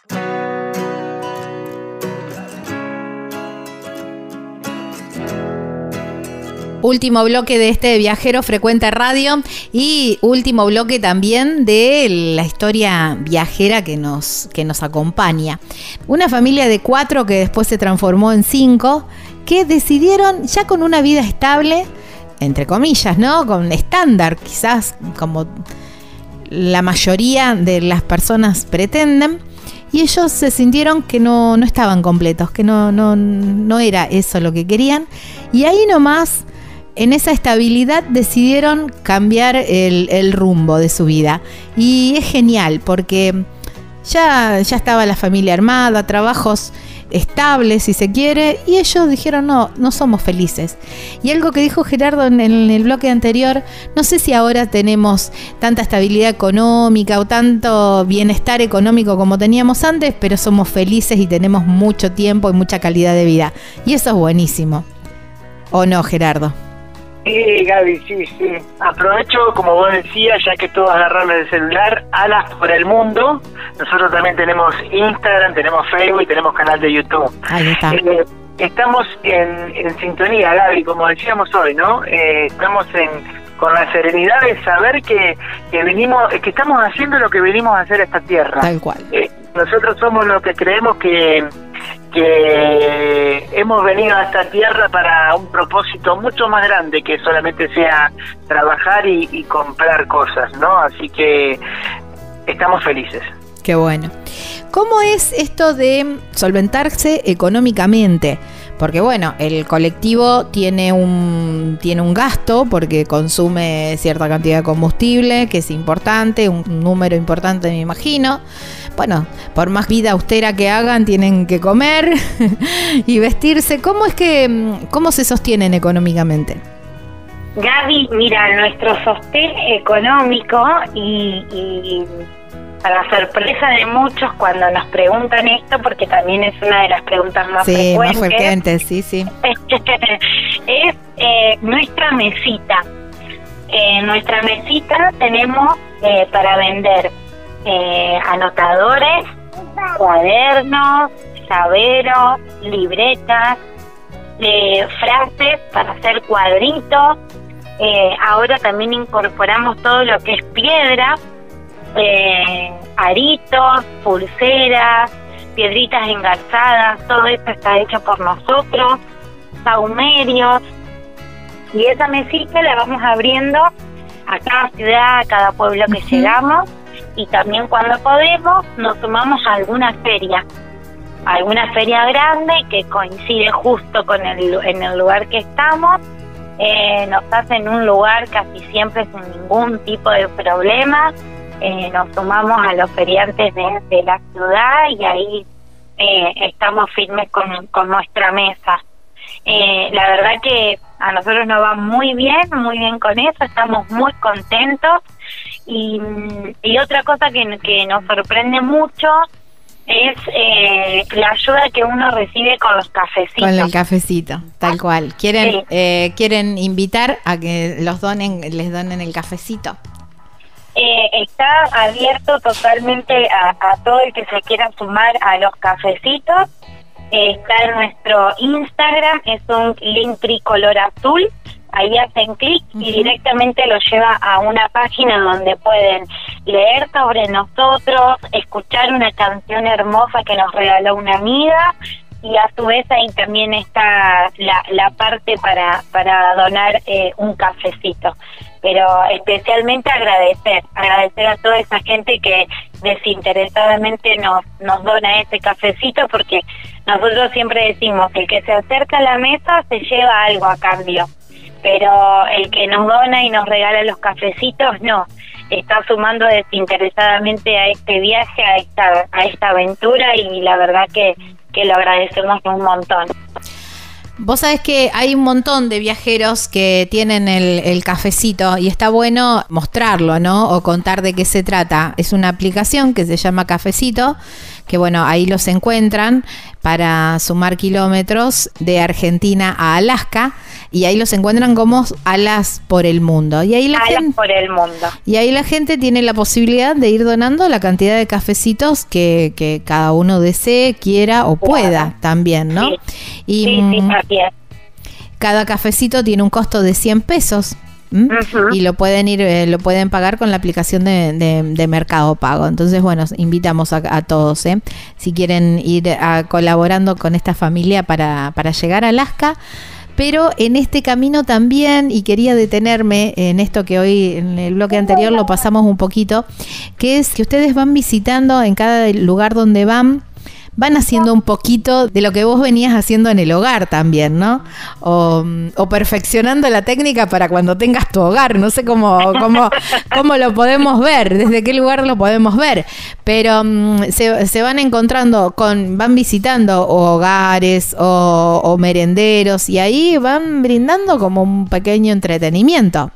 Último bloque de este Viajero Frecuente Radio, y último bloque también de la historia viajera que nos, que nos acompaña. Una familia de cuatro que después se transformó en cinco, que decidieron, ya con una vida estable, entre comillas, ¿no? Con estándar, quizás como la mayoría de las personas pretenden, y ellos se sintieron que no, no estaban completos, que no, no, no era eso lo que querían, y ahí nomás, en esa estabilidad, decidieron cambiar el, el rumbo de su vida. Y es genial porque ya, ya estaba la familia armada, trabajos estables si se quiere, y ellos dijeron no, no somos felices. Y algo que dijo Gerardo en, en el bloque anterior, no sé si ahora tenemos tanta estabilidad económica o tanto bienestar económico como teníamos antes, pero somos felices y tenemos mucho tiempo y mucha calidad de vida. Y eso es buenísimo. ¿O no, Gerardo? Sí, Gaby, sí, sí. Aprovecho, como vos decías, ya que todos agarraron el celular, Alas por el Mundo. Nosotros también tenemos Instagram, tenemos Facebook y tenemos canal de YouTube. Ahí está. Eh, estamos en, en sintonía, Gaby, como decíamos hoy, ¿no? Eh, estamos en, con la serenidad de saber que, que venimos, que estamos haciendo lo que venimos a hacer a esta tierra. Tal cual. Eh, nosotros somos los que creemos que que hemos venido a esta tierra para un propósito mucho más grande que solamente sea trabajar y, y comprar cosas, ¿no? Así que estamos felices. Qué bueno. ¿Cómo es esto de solventarse económicamente? Porque bueno, el colectivo tiene un, tiene un gasto porque consume cierta cantidad de combustible, que es importante, un número importante me imagino. Bueno, por más vida austera que hagan, tienen que comer y vestirse. ¿Cómo es que, cómo se sostienen económicamente? Gaby, mira, nuestro sostén económico y... y... para sorpresa de muchos cuando nos preguntan esto, porque también es una de las preguntas más sí, frecuentes. Sí, más frecuentes, sí, sí. es eh, nuestra mesita. En nuestra mesita tenemos eh, para vender eh, anotadores, cuadernos, llaveros, libretas, eh, frases para hacer cuadritos. Eh, ahora también incorporamos todo lo que es piedra. Eh, aritos, pulseras, piedritas engarzadas, todo esto está hecho por nosotros, saumerios, y esa mesita la vamos abriendo a cada ciudad, a cada pueblo que uh-huh. llegamos, y también cuando podemos nos sumamos a alguna feria, alguna feria grande que coincide justo con el, en el lugar que estamos. Eh, nos hacen un lugar casi siempre sin ningún tipo de problema. Eh, nos sumamos a los feriantes de, de la ciudad y ahí eh, estamos firmes con, con nuestra mesa. Eh, la verdad que a nosotros nos va muy bien, muy bien con eso, estamos muy contentos. Y, y otra cosa que, que nos sorprende mucho es eh, la ayuda que uno recibe con los cafecitos. Con el cafecito, tal cual. ¿Quieren, sí. eh, ¿quieren invitar a que los donen, les donen el cafecito? Eh, está abierto totalmente a, a todo el que se quiera sumar a los cafecitos. Eh, está en nuestro Instagram, es un link tricolor azul. Ahí hacen clic uh-huh. y directamente los lleva a una página donde pueden leer sobre nosotros, escuchar una canción hermosa que nos regaló una amiga, y a su vez ahí también está la, la parte para, para donar eh, un cafecito. Pero especialmente agradecer, agradecer a toda esa gente que desinteresadamente nos, nos dona ese cafecito, porque nosotros siempre decimos que el que se acerca a la mesa se lleva algo a cambio. Pero el que nos dona y nos regala los cafecitos, no, está sumando desinteresadamente a este viaje, a esta a esta aventura, y la verdad que, que lo agradecemos un montón. Vos sabés que hay un montón de viajeros que tienen el, el cafecito, y está bueno mostrarlo, ¿no? O contar de qué se trata. Es una aplicación que se llama Cafecito, que bueno, ahí los encuentran para sumar kilómetros de Argentina a Alaska, y ahí los encuentran como Alas por el Mundo. Y ahí la Alas gente, por el Mundo. Y ahí la gente tiene la posibilidad de ir donando la cantidad de cafecitos que, que cada uno desee, quiera o pueda bueno. también, ¿no? Sí, y, sí, sí, así es. Cada cafecito tiene un costo de cien pesos. ¿Mm? Uh-huh. Y lo pueden ir, eh, lo pueden pagar con la aplicación de, de, de Mercado Pago. Entonces, bueno, invitamos a, a todos, ¿eh? Si quieren ir a, colaborando con esta familia para, para llegar a Alaska. Pero en este camino también, y quería detenerme en esto que hoy en el bloque anterior lo pasamos un poquito, que es que ustedes van visitando en cada lugar donde van, van haciendo un poquito de lo que vos venías haciendo en el hogar también, ¿no? O, o perfeccionando la técnica para cuando tengas tu hogar. No sé cómo, cómo, cómo lo podemos ver, desde qué lugar lo podemos ver. Pero um, se, se van encontrando con, van visitando hogares o, o merenderos, y ahí van brindando como un pequeño entretenimiento.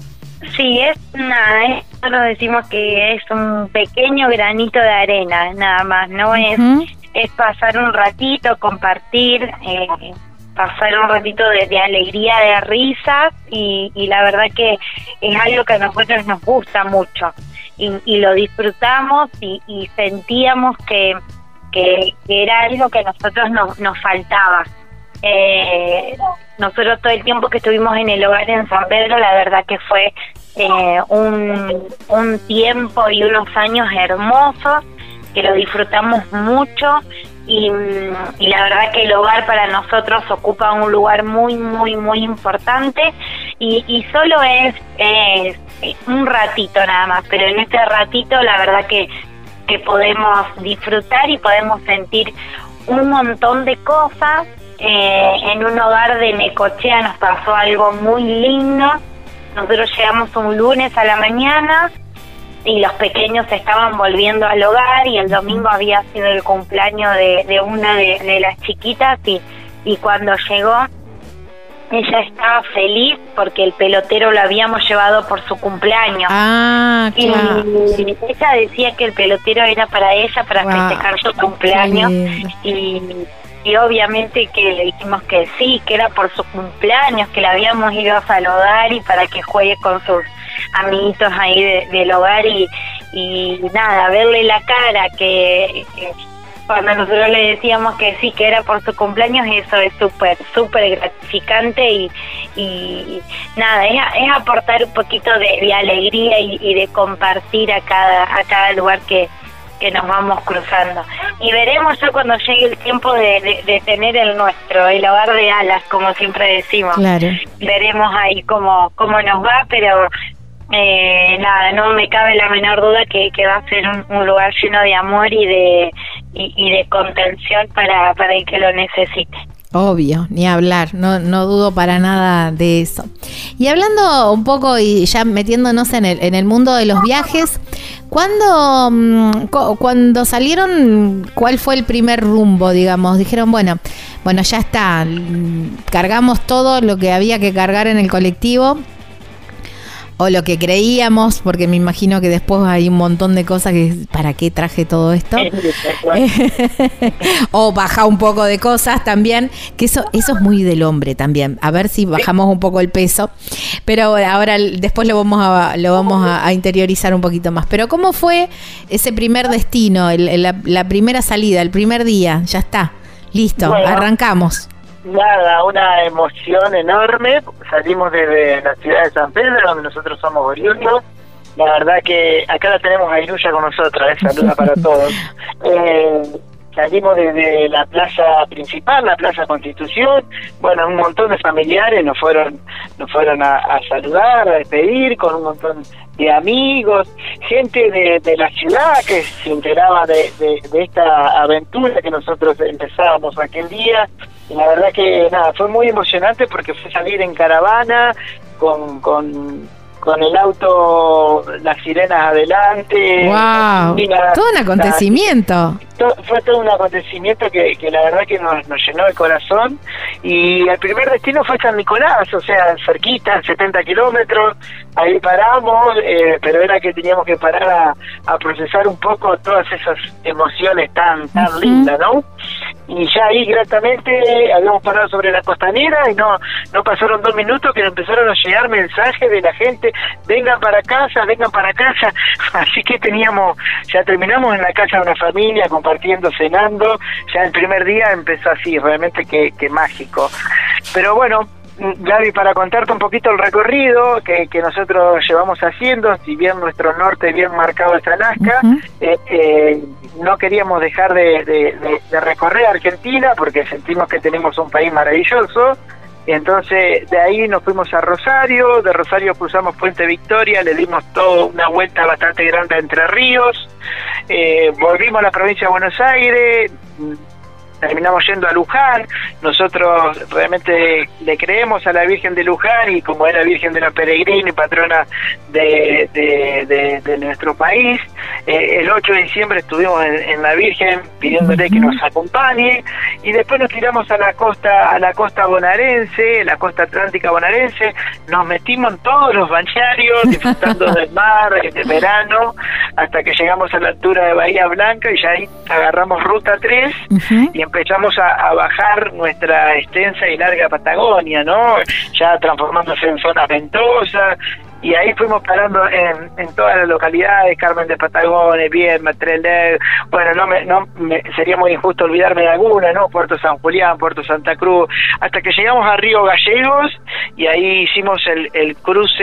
Sí, es nada, nosotros decimos que es un pequeño granito de arena, nada más, no es... Uh-huh. Es pasar un ratito, compartir, eh, pasar un ratito de, de alegría, de risas, y, y la verdad que es algo que a nosotros nos gusta mucho, y, y lo disfrutamos, y, y sentíamos que, que, que era algo que a nosotros nos, nos faltaba. Eh, nosotros todo el tiempo que estuvimos en el hogar en San Pedro, la verdad que fue eh, un, un tiempo y unos años hermosos, que lo disfrutamos mucho, y, y la verdad que el hogar para nosotros ocupa un lugar muy, muy, muy importante, y, y solo es, es un ratito nada más, pero en este ratito la verdad que, que podemos disfrutar y podemos sentir un montón de cosas. Eh, en un hogar de Necochea nos pasó algo muy lindo. Nosotros llegamos un lunes a la mañana, y los pequeños estaban volviendo al hogar, y el domingo había sido el cumpleaños de, de una de, de las chiquitas, y, y cuando llegó ella estaba feliz porque el pelotero lo habíamos llevado por su cumpleaños. Ah, claro. Y ella decía que el pelotero era para ella, para wow. festejar su cumpleaños, y, y obviamente que le dijimos que sí, que era por su cumpleaños, que la habíamos ido a saludar y para que juegue con sus amiguitos ahí de, del hogar, y, y nada, verle la cara que, que cuando nosotros le decíamos que sí, que era por su cumpleaños, eso es súper, súper gratificante, y, y nada, es, es aportar un poquito de, de alegría y, y de compartir a cada, a cada lugar que, que nos vamos cruzando. Y veremos ya cuando llegue el tiempo de, de, de tener el nuestro, el hogar de Alas, como siempre decimos. Claro. Veremos ahí cómo, cómo nos va, pero eh, nada, no me cabe la menor duda que, que va a ser un, un lugar lleno de amor y de y, y de contención para, para el que lo necesite. Obvio, ni hablar, no, no dudo para nada de eso. Y hablando un poco y ya metiéndonos en el, en el mundo de los viajes, ¿Cuándo, mm, co- cuando salieron, cuál fue el primer rumbo, digamos? Dijeron, bueno, bueno, ya está, mm, cargamos todo lo que había que cargar en el colectivo, o lo que creíamos, porque me imagino que después hay un montón de cosas que, ¿para qué traje todo esto? O baja un poco de cosas también, que eso eso es muy del hombre también, a ver si bajamos un poco el peso, pero ahora después lo vamos a lo vamos a, a interiorizar un poquito más. Pero ¿cómo fue ese primer destino, el, el, la, la primera salida, el primer día? Ya está, listo, bueno, arrancamos. Nada, una emoción enorme. Salimos desde la ciudad de San Pedro, donde nosotros somos oriundos. La verdad que acá la tenemos a Iruya con nosotros, eh, saluda para todos. Eh, salimos desde la plaza principal, la plaza Constitución. Bueno, un montón de familiares nos fueron nos fueron a, a saludar, a despedir, con un montón de amigos, gente de, de la ciudad que se enteraba de, de, de esta aventura que nosotros empezábamos aquel día. Y la verdad que nada, fue muy emocionante porque fue salir en caravana con con, con el auto, las sirenas adelante. ¡Wow! La, todo un acontecimiento. La, to, fue todo un acontecimiento que, que la verdad que nos, nos llenó el corazón. Y el primer destino fue San Nicolás, o sea, cerquita, setenta kilómetros. Ahí paramos, eh, pero era que teníamos que parar a, a procesar un poco todas esas emociones tan tan uh-huh. lindas, ¿no? Y ya ahí gratamente habíamos parado sobre la costanera y no no pasaron dos minutos que empezaron a llegar mensajes de la gente, vengan para casa, vengan para casa. Así que teníamos, ya terminamos en la casa de una familia, compartiendo, cenando. Ya el primer día empezó así, realmente que, que mágico. Pero bueno, Gaby, para contarte un poquito el recorrido que, que nosotros llevamos haciendo, si bien nuestro norte bien marcado es Alaska, uh-huh. eh, eh, no queríamos dejar de, de, de, de recorrer Argentina porque sentimos que tenemos un país maravilloso. Entonces de ahí nos fuimos a Rosario, de Rosario cruzamos Puente Victoria, le dimos toda una vuelta bastante grande a Entre Ríos, eh, volvimos a la provincia de Buenos Aires, terminamos yendo a Luján. Nosotros realmente le creemos a la Virgen de Luján y como era Virgen de la Peregrina y patrona de, de, de, de nuestro país, eh, el ocho de diciembre estuvimos en, en la Virgen pidiéndole que nos acompañe y después nos tiramos a la costa a la costa bonaerense, la costa atlántica bonaerense, nos metimos en todos los bañarios disfrutando del mar, del verano, hasta que llegamos a la altura de Bahía Blanca y ya ahí agarramos ruta tres uh-huh. y empezamos a, a bajar nuestra extensa y larga Patagonia, ¿no? Ya transformándose en zonas ventosas, y ahí fuimos parando en, en todas las localidades, Carmen de Patagones, Viedma, Trelew, bueno, no me, no me, sería muy injusto olvidarme de alguna, ¿no? Puerto San Julián, Puerto Santa Cruz, hasta que llegamos a Río Gallegos, y ahí hicimos el, el cruce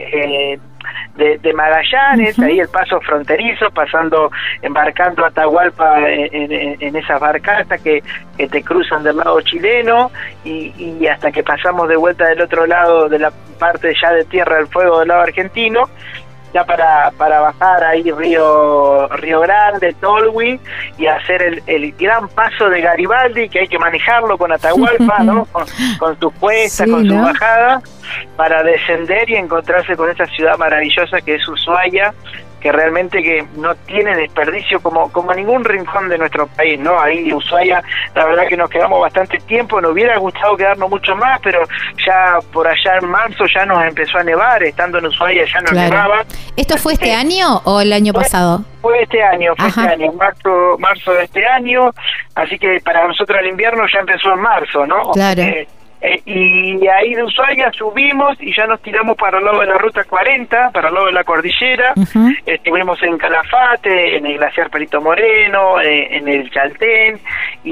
eh, De, de Magallanes, uh-huh. ahí el paso fronterizo, pasando, embarcando a Atahualpa en, en, en esas barcazas que, que te cruzan del lado chileno y, y hasta que pasamos de vuelta del otro lado de la parte ya de Tierra del Fuego del lado argentino, ya para para bajar ahí Río Río Grande, Tolwyn, y hacer el, el gran paso de Garibaldi, que hay que manejarlo con Atahualpa, ¿no? Con, con sus cuestas, sí, con ¿no? sus bajadas, para descender y encontrarse con esa ciudad maravillosa que es Ushuaia, que realmente que no tiene desperdicio como como ningún rincón de nuestro país, ¿no? Ahí Ushuaia, la verdad que nos quedamos bastante tiempo, nos hubiera gustado quedarnos mucho más, pero ya por allá en marzo ya nos empezó a nevar, estando en Ushuaia ya nos claro. nevaba. ¿Esto fue este eh, año o el año fue, pasado? Fue este año, fue Ajá. este año, marzo, marzo de este año, así que para nosotros el invierno ya empezó en marzo, ¿no? Claro. Eh, Eh, y ahí de Ushuaia subimos y ya nos tiramos para el lado de la ruta cuarenta, para el lado de la cordillera. Uh-huh. Estuvimos en Calafate, en el glaciar Perito Moreno, eh, en el Chaltén,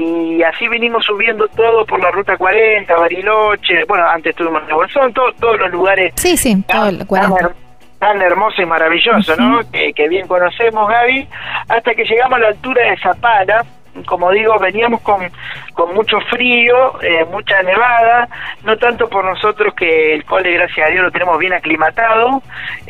y así venimos subiendo todo por la ruta cuarenta, Bariloche, bueno, antes estuvimos en Bolsón, todo, todos los lugares sí, sí, tan, tan, tan hermoso y maravilloso, uh-huh. ¿no? Que, que bien conocemos, Gaby, hasta que llegamos a la altura de Zapala. Como digo, veníamos con, con mucho frío, eh, mucha nevada, no tanto por nosotros, que el cole, gracias a Dios, lo tenemos bien aclimatado,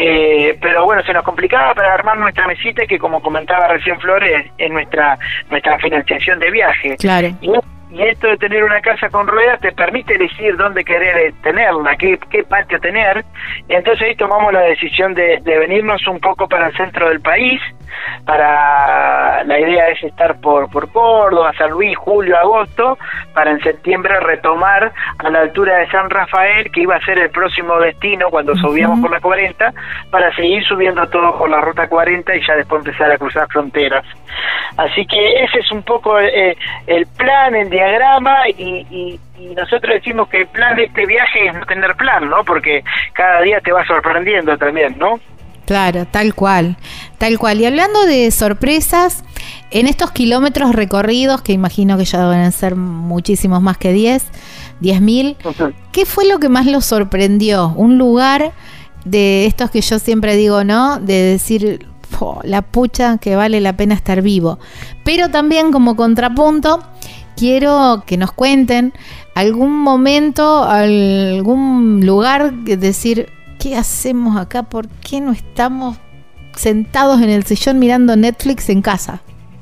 eh, pero bueno, se nos complicaba para armar nuestra mesita, que como comentaba recién Flores, es nuestra nuestra financiación de viaje. Claro. Y, y esto de tener una casa con ruedas te permite elegir dónde querer tenerla, qué, qué patio tener. Entonces ahí tomamos la decisión de, de venirnos un poco para el centro del país. Para la idea es estar por, por Córdoba, San Luis, julio, agosto, para en septiembre retomar a la altura de San Rafael, que iba a ser el próximo destino cuando uh-huh. subíamos por la cuarenta, para seguir subiendo todo por la ruta cuarenta y ya después empezar a cruzar fronteras. Así que ese es un poco eh, el plan, el diagrama, y, y, y nosotros decimos que el plan de este viaje es no tener plan, ¿no? Porque cada día te va sorprendiendo también, ¿no? Claro, tal cual, tal cual. Y hablando de sorpresas, en estos kilómetros recorridos, que imagino que ya deben ser muchísimos más que diez, diez mil, uh-huh. ¿qué fue lo que más los sorprendió? Un lugar de estos que yo siempre digo, ¿no? De decir, oh, la pucha, que vale la pena estar vivo. Pero también como contrapunto, quiero que nos cuenten algún momento, algún lugar, que decir, ¿qué hacemos acá? ¿Por qué no estamos sentados en el sillón mirando Netflix en casa?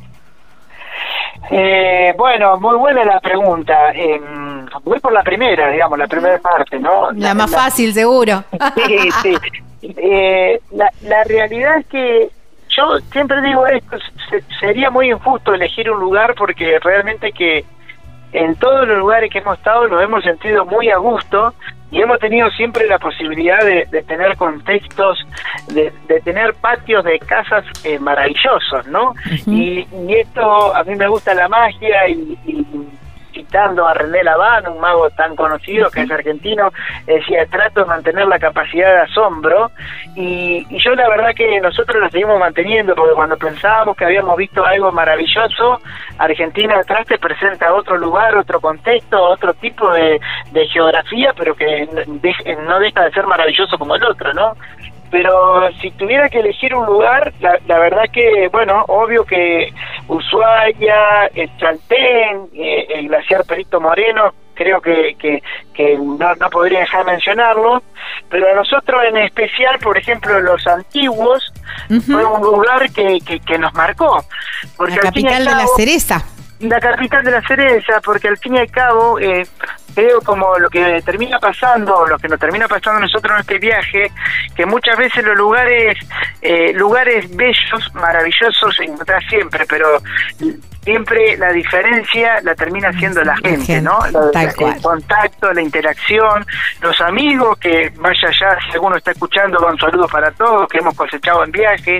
Eh, bueno, muy buena la pregunta. Eh, voy por la primera, digamos, la primera parte, ¿no? La, la más la, fácil, seguro. Sí, sí. Eh, la, la realidad es que yo siempre digo esto, se, sería muy injusto elegir un lugar, porque realmente que en todos los lugares que hemos estado nos hemos sentido muy a gusto y hemos tenido siempre la posibilidad de, de tener contextos, de, de tener patios de casas eh, maravillosos, ¿no? Uh-huh. y, y esto, a mí me gusta la magia, y, y citando a René Laván, un mago tan conocido que es argentino, decía, trato de mantener la capacidad de asombro, y, y yo la verdad que nosotros la seguimos manteniendo, porque cuando pensábamos que habíamos visto algo maravilloso, Argentina atrás te presenta otro lugar, otro contexto, otro tipo de, de geografía, pero que de, no deja de ser maravilloso como el otro, ¿no? Pero si tuviera que elegir un lugar, la, la verdad que, bueno, obvio que Ushuaia, el Chaltén, eh, el glaciar Perito Moreno, creo que, que, que no, no podría dejar de mencionarlo, pero a nosotros en especial, por ejemplo, los Antiguos, uh-huh. fue un lugar que, que, que nos marcó. Porque la capital cabo, de la cereza. La capital de la cereza, porque al fin y al cabo, eh, creo como lo que termina pasando, lo que nos termina pasando a nosotros en este viaje, que muchas veces los lugares, eh, lugares bellos, maravillosos, encontrás siempre, pero siempre la diferencia la termina siendo la gente, ¿no? La, la, el contacto, la interacción, los amigos, que vaya allá, si alguno está escuchando, un saludo para todos, que hemos cosechado en viaje,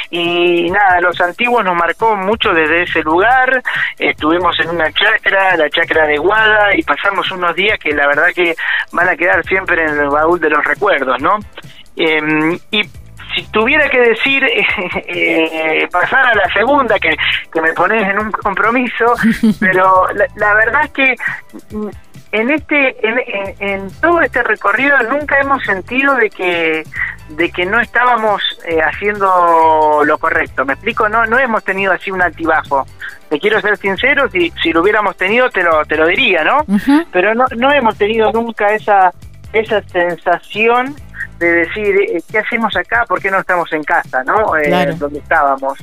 y nada, los Antiguos nos marcó mucho desde ese lugar. Estuvimos en una chacra, la chacra de Guada, y pasamos unos días que la verdad que van a quedar siempre en el baúl de los recuerdos, ¿no? Eh, y si tuviera que decir, eh, eh, pasar a la segunda, que, que me pones en un compromiso, pero la, la verdad es que en este en, en, en todo este recorrido nunca hemos sentido de que de que no estábamos eh, haciendo lo correcto. ¿Me explico? No no hemos tenido así un altibajo. Te quiero ser sincero, si si lo hubiéramos tenido te lo te lo diría, ¿no? Uh-huh. Pero no no hemos tenido nunca esa esa sensación de decir, eh, ¿qué hacemos acá? ¿Por qué no estamos en casa, no? Eh, claro. Donde estábamos.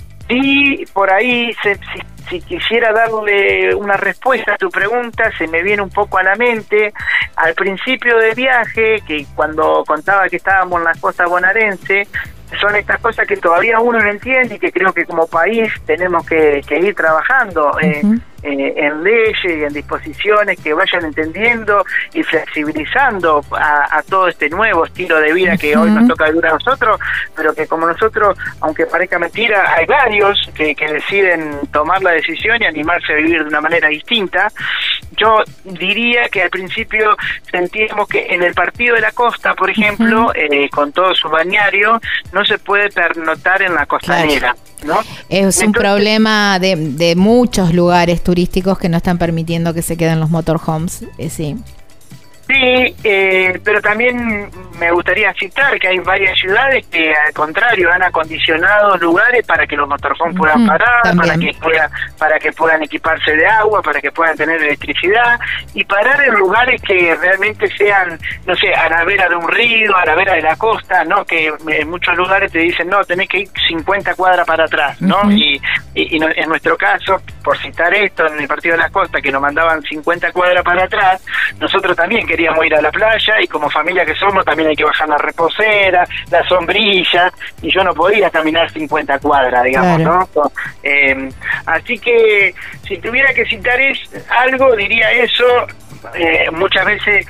Y por ahí, se, si, si quisiera darle una respuesta a tu pregunta, se me viene un poco a la mente, al principio del viaje, que cuando contaba que estábamos en la costa bonaerense, son estas cosas que todavía uno no entiende y que creo que como país tenemos que, que ir trabajando eh, uh-huh. eh, en leyes y en disposiciones que vayan entendiendo y flexibilizando a, a todo este nuevo estilo de vida que uh-huh. hoy nos toca vivir a nosotros, pero que como nosotros, aunque parezca mentira, hay varios que, que deciden tomar la decisión y animarse a vivir de una manera distinta. Yo diría que al principio sentíamos que en el Partido de la Costa, por ejemplo, uh-huh. eh, con todo su balneario, no se puede pernoctar en la costanera, claro. ¿no? Es un Entonces, problema de, de muchos lugares turísticos que no están permitiendo que se queden los motorhomes, eh, sí. Sí, eh, pero también me gustaría citar que hay varias ciudades que al contrario han acondicionado lugares para que los motorhomes puedan parar, mm, para que puedan, para que puedan equiparse de agua, para que puedan tener electricidad y parar en lugares que realmente sean, no sé, a la vera de un río, a la vera de la costa, ¿no? Que en muchos lugares te dicen, no, tenés que ir cincuenta cuadras para atrás, ¿no? Uh-huh. Y, y, y no, en nuestro caso, por citar esto, en el Partido de la Costa, que nos mandaban cincuenta cuadras para atrás, nosotros también queríamos ir a la playa y como familia que somos también hay que bajar la reposera, la sombrilla, y yo no podía caminar cincuenta cuadras, digamos, claro. ¿no? Eh, así que si tuviera que citar es, algo, diría eso. Eh, muchas veces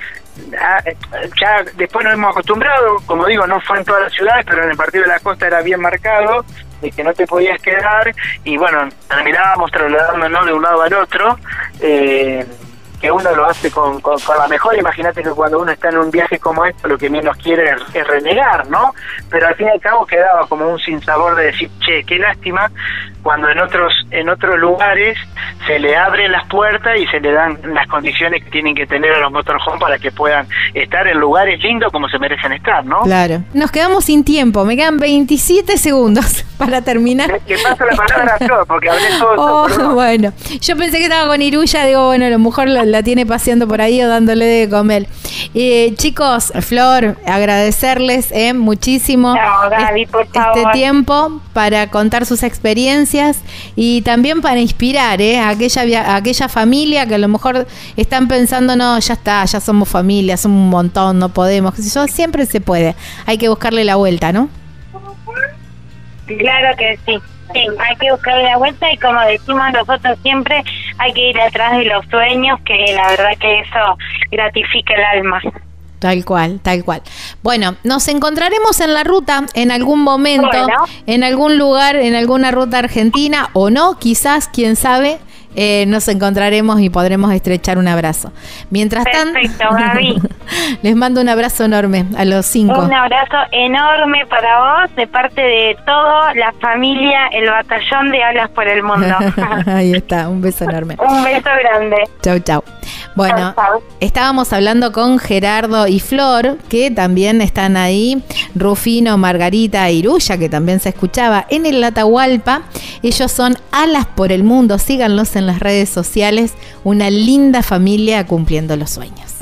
ya después nos hemos acostumbrado, como digo, no fue en todas las ciudades, pero en el Partido de la Costa era bien marcado, de que no te podías quedar, y bueno, terminábamos trasladándonos de un lado al otro, eh, que uno lo hace con, con, con la mejor. Imagínate que cuando uno está en un viaje como esto, lo que menos quiere es, es renegar, ¿no? Pero al fin y al cabo quedaba como un sinsabor de decir, che, qué lástima, cuando en otros en otros lugares se le abren las puertas y se le dan las condiciones que tienen que tener a los motorhomes para que puedan estar en lugares lindos como se merecen estar, ¿no? Claro. Nos quedamos sin tiempo, me quedan veintisiete segundos para terminar. Que paso la palabra a Flor, porque hablé todo. Oh, todo bueno, yo pensé que estaba con Iruya, digo, bueno, a lo mejor la, la tiene paseando por ahí o dándole de comer. Eh, chicos, Flor, agradecerles eh, muchísimo no, Gaby, por favor. este tiempo para contar sus experiencias y también para inspirar eh, a, aquella, a aquella familia que a lo mejor están pensando, no, ya está, ya somos familia, somos un montón, no podemos. Eso siempre se puede, hay que buscarle la vuelta, ¿no? Claro que sí. Sí, hay que buscarle la vuelta y como decimos nosotros siempre, hay que ir atrás de los sueños, que la verdad que eso gratifica el alma. Tal cual, tal cual. Bueno, nos encontraremos en la ruta en algún momento, bueno. en algún lugar, en alguna ruta argentina o no, quizás, quién sabe. Eh, nos encontraremos y podremos estrechar un abrazo. Mientras Perfecto, tanto, Gaby. les mando un abrazo enorme a los cinco. Un abrazo enorme para vos, de parte de toda la familia, el batallón de Alas por el Mundo. Ahí está, un beso enorme. Un beso grande. Chau, chau. Bueno, chau, chau. Estábamos hablando con Gerardo y Flor, que también están ahí, Rufino, Margarita e Iruya, que también se escuchaba en el Atahualpa. Ellos son Alas por el Mundo, síganlos en las redes sociales, una linda familia cumpliendo los sueños.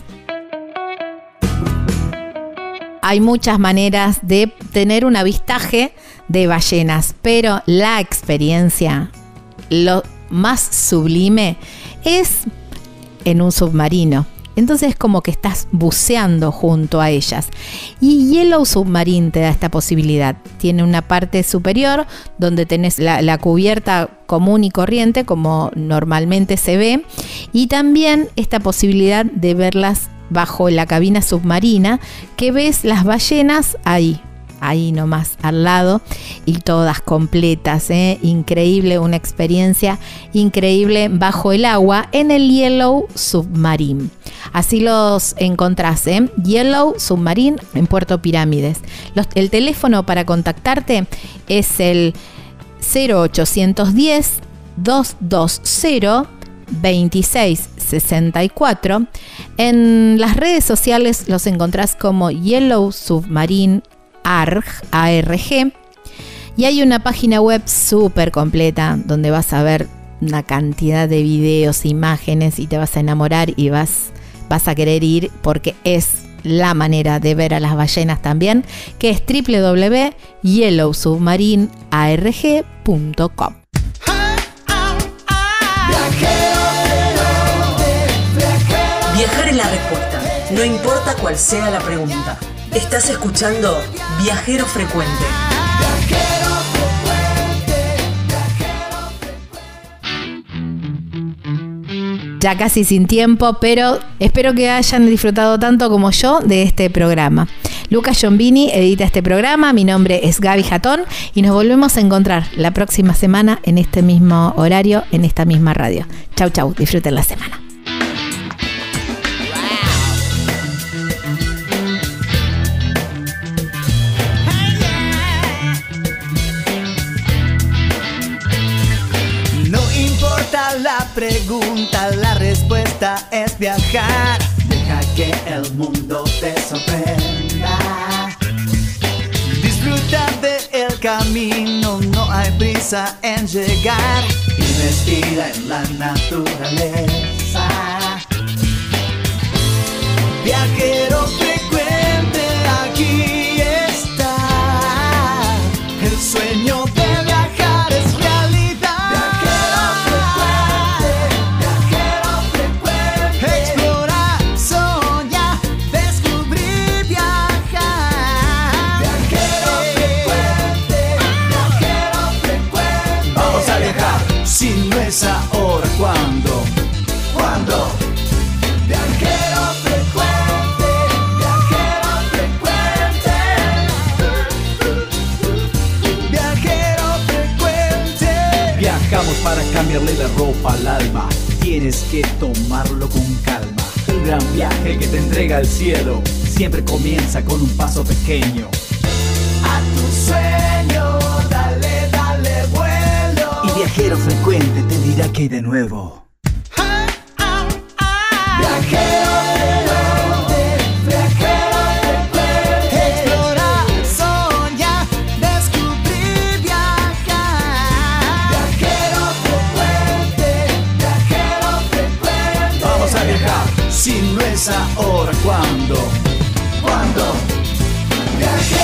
Hay muchas maneras de tener un avistaje de ballenas, pero la experiencia, lo más sublime, es en un submarino. Entonces es como que estás buceando junto a ellas. Y Yellow Submarine te da esta posibilidad. Tiene una parte superior donde tenés la, la cubierta común y corriente, como normalmente se ve. Y también esta posibilidad de verlas bajo la cabina submarina, que ves las ballenas ahí. Ahí nomás, al lado, y todas completas, ¿eh? Increíble, una experiencia increíble bajo el agua en el Yellow Submarine. Así los encontrás, ¿eh? Yellow Submarine en Puerto Pirámides. Los, el teléfono para contactarte es el cero ochocientos diez, doscientos veinte, veintiséis sesenta y cuatro. En las redes sociales los encontrás como Yellow Submarine A R G, y hay una página web súper completa donde vas a ver una cantidad de videos, imágenes, y te vas a enamorar y vas, vas a querer ir, porque es la manera de ver a las ballenas también, que es doble u doble u doble u punto yellow submarine a r g punto com. Viajar es la respuesta, no importa cuál sea la pregunta. Estás escuchando Viajero Frecuente. Ya casi sin tiempo, pero espero que hayan disfrutado tanto como yo de este programa. Lucas Giombini edita este programa, mi nombre es Gaby Jatón y nos volvemos a encontrar la próxima semana en este mismo horario, en esta misma radio. Chau, chau, disfruten la semana. La pregunta, la respuesta es viajar. Deja que que el mundo te sorprenda. Disfruta del camino, no hay prisa en llegar. Y respira en la naturaleza. Viajero frecuente, aquí está. El sueño de viajar es realidad. Viajero frecuente, viajero frecuente. Explorar, soñar, descubrir, viajar. Viajero frecuente, viajero frecuente. Vamos a viajar, si no es ahora, ¿cuándo? ¿Cuándo? Viajero frecuente, viajero frecuente. Viajero frecuente. Viajamos para cambiarle la ropa al alma. Tienes que tomarlo con calma. El gran viaje que te entrega al cielo siempre comienza con un paso pequeño. A tu sueño, dale, dale vuelo. Y viajero frecuente te dirá que hay de nuevo. Viajero frecuente, viajero frecuente. Explorar, soñar, descubrir, viajar. Viajero frecuente, viajero frecuente. Vamos a viajar, si no es ahora, ¿cuándo? ¿Cuándo? Viajero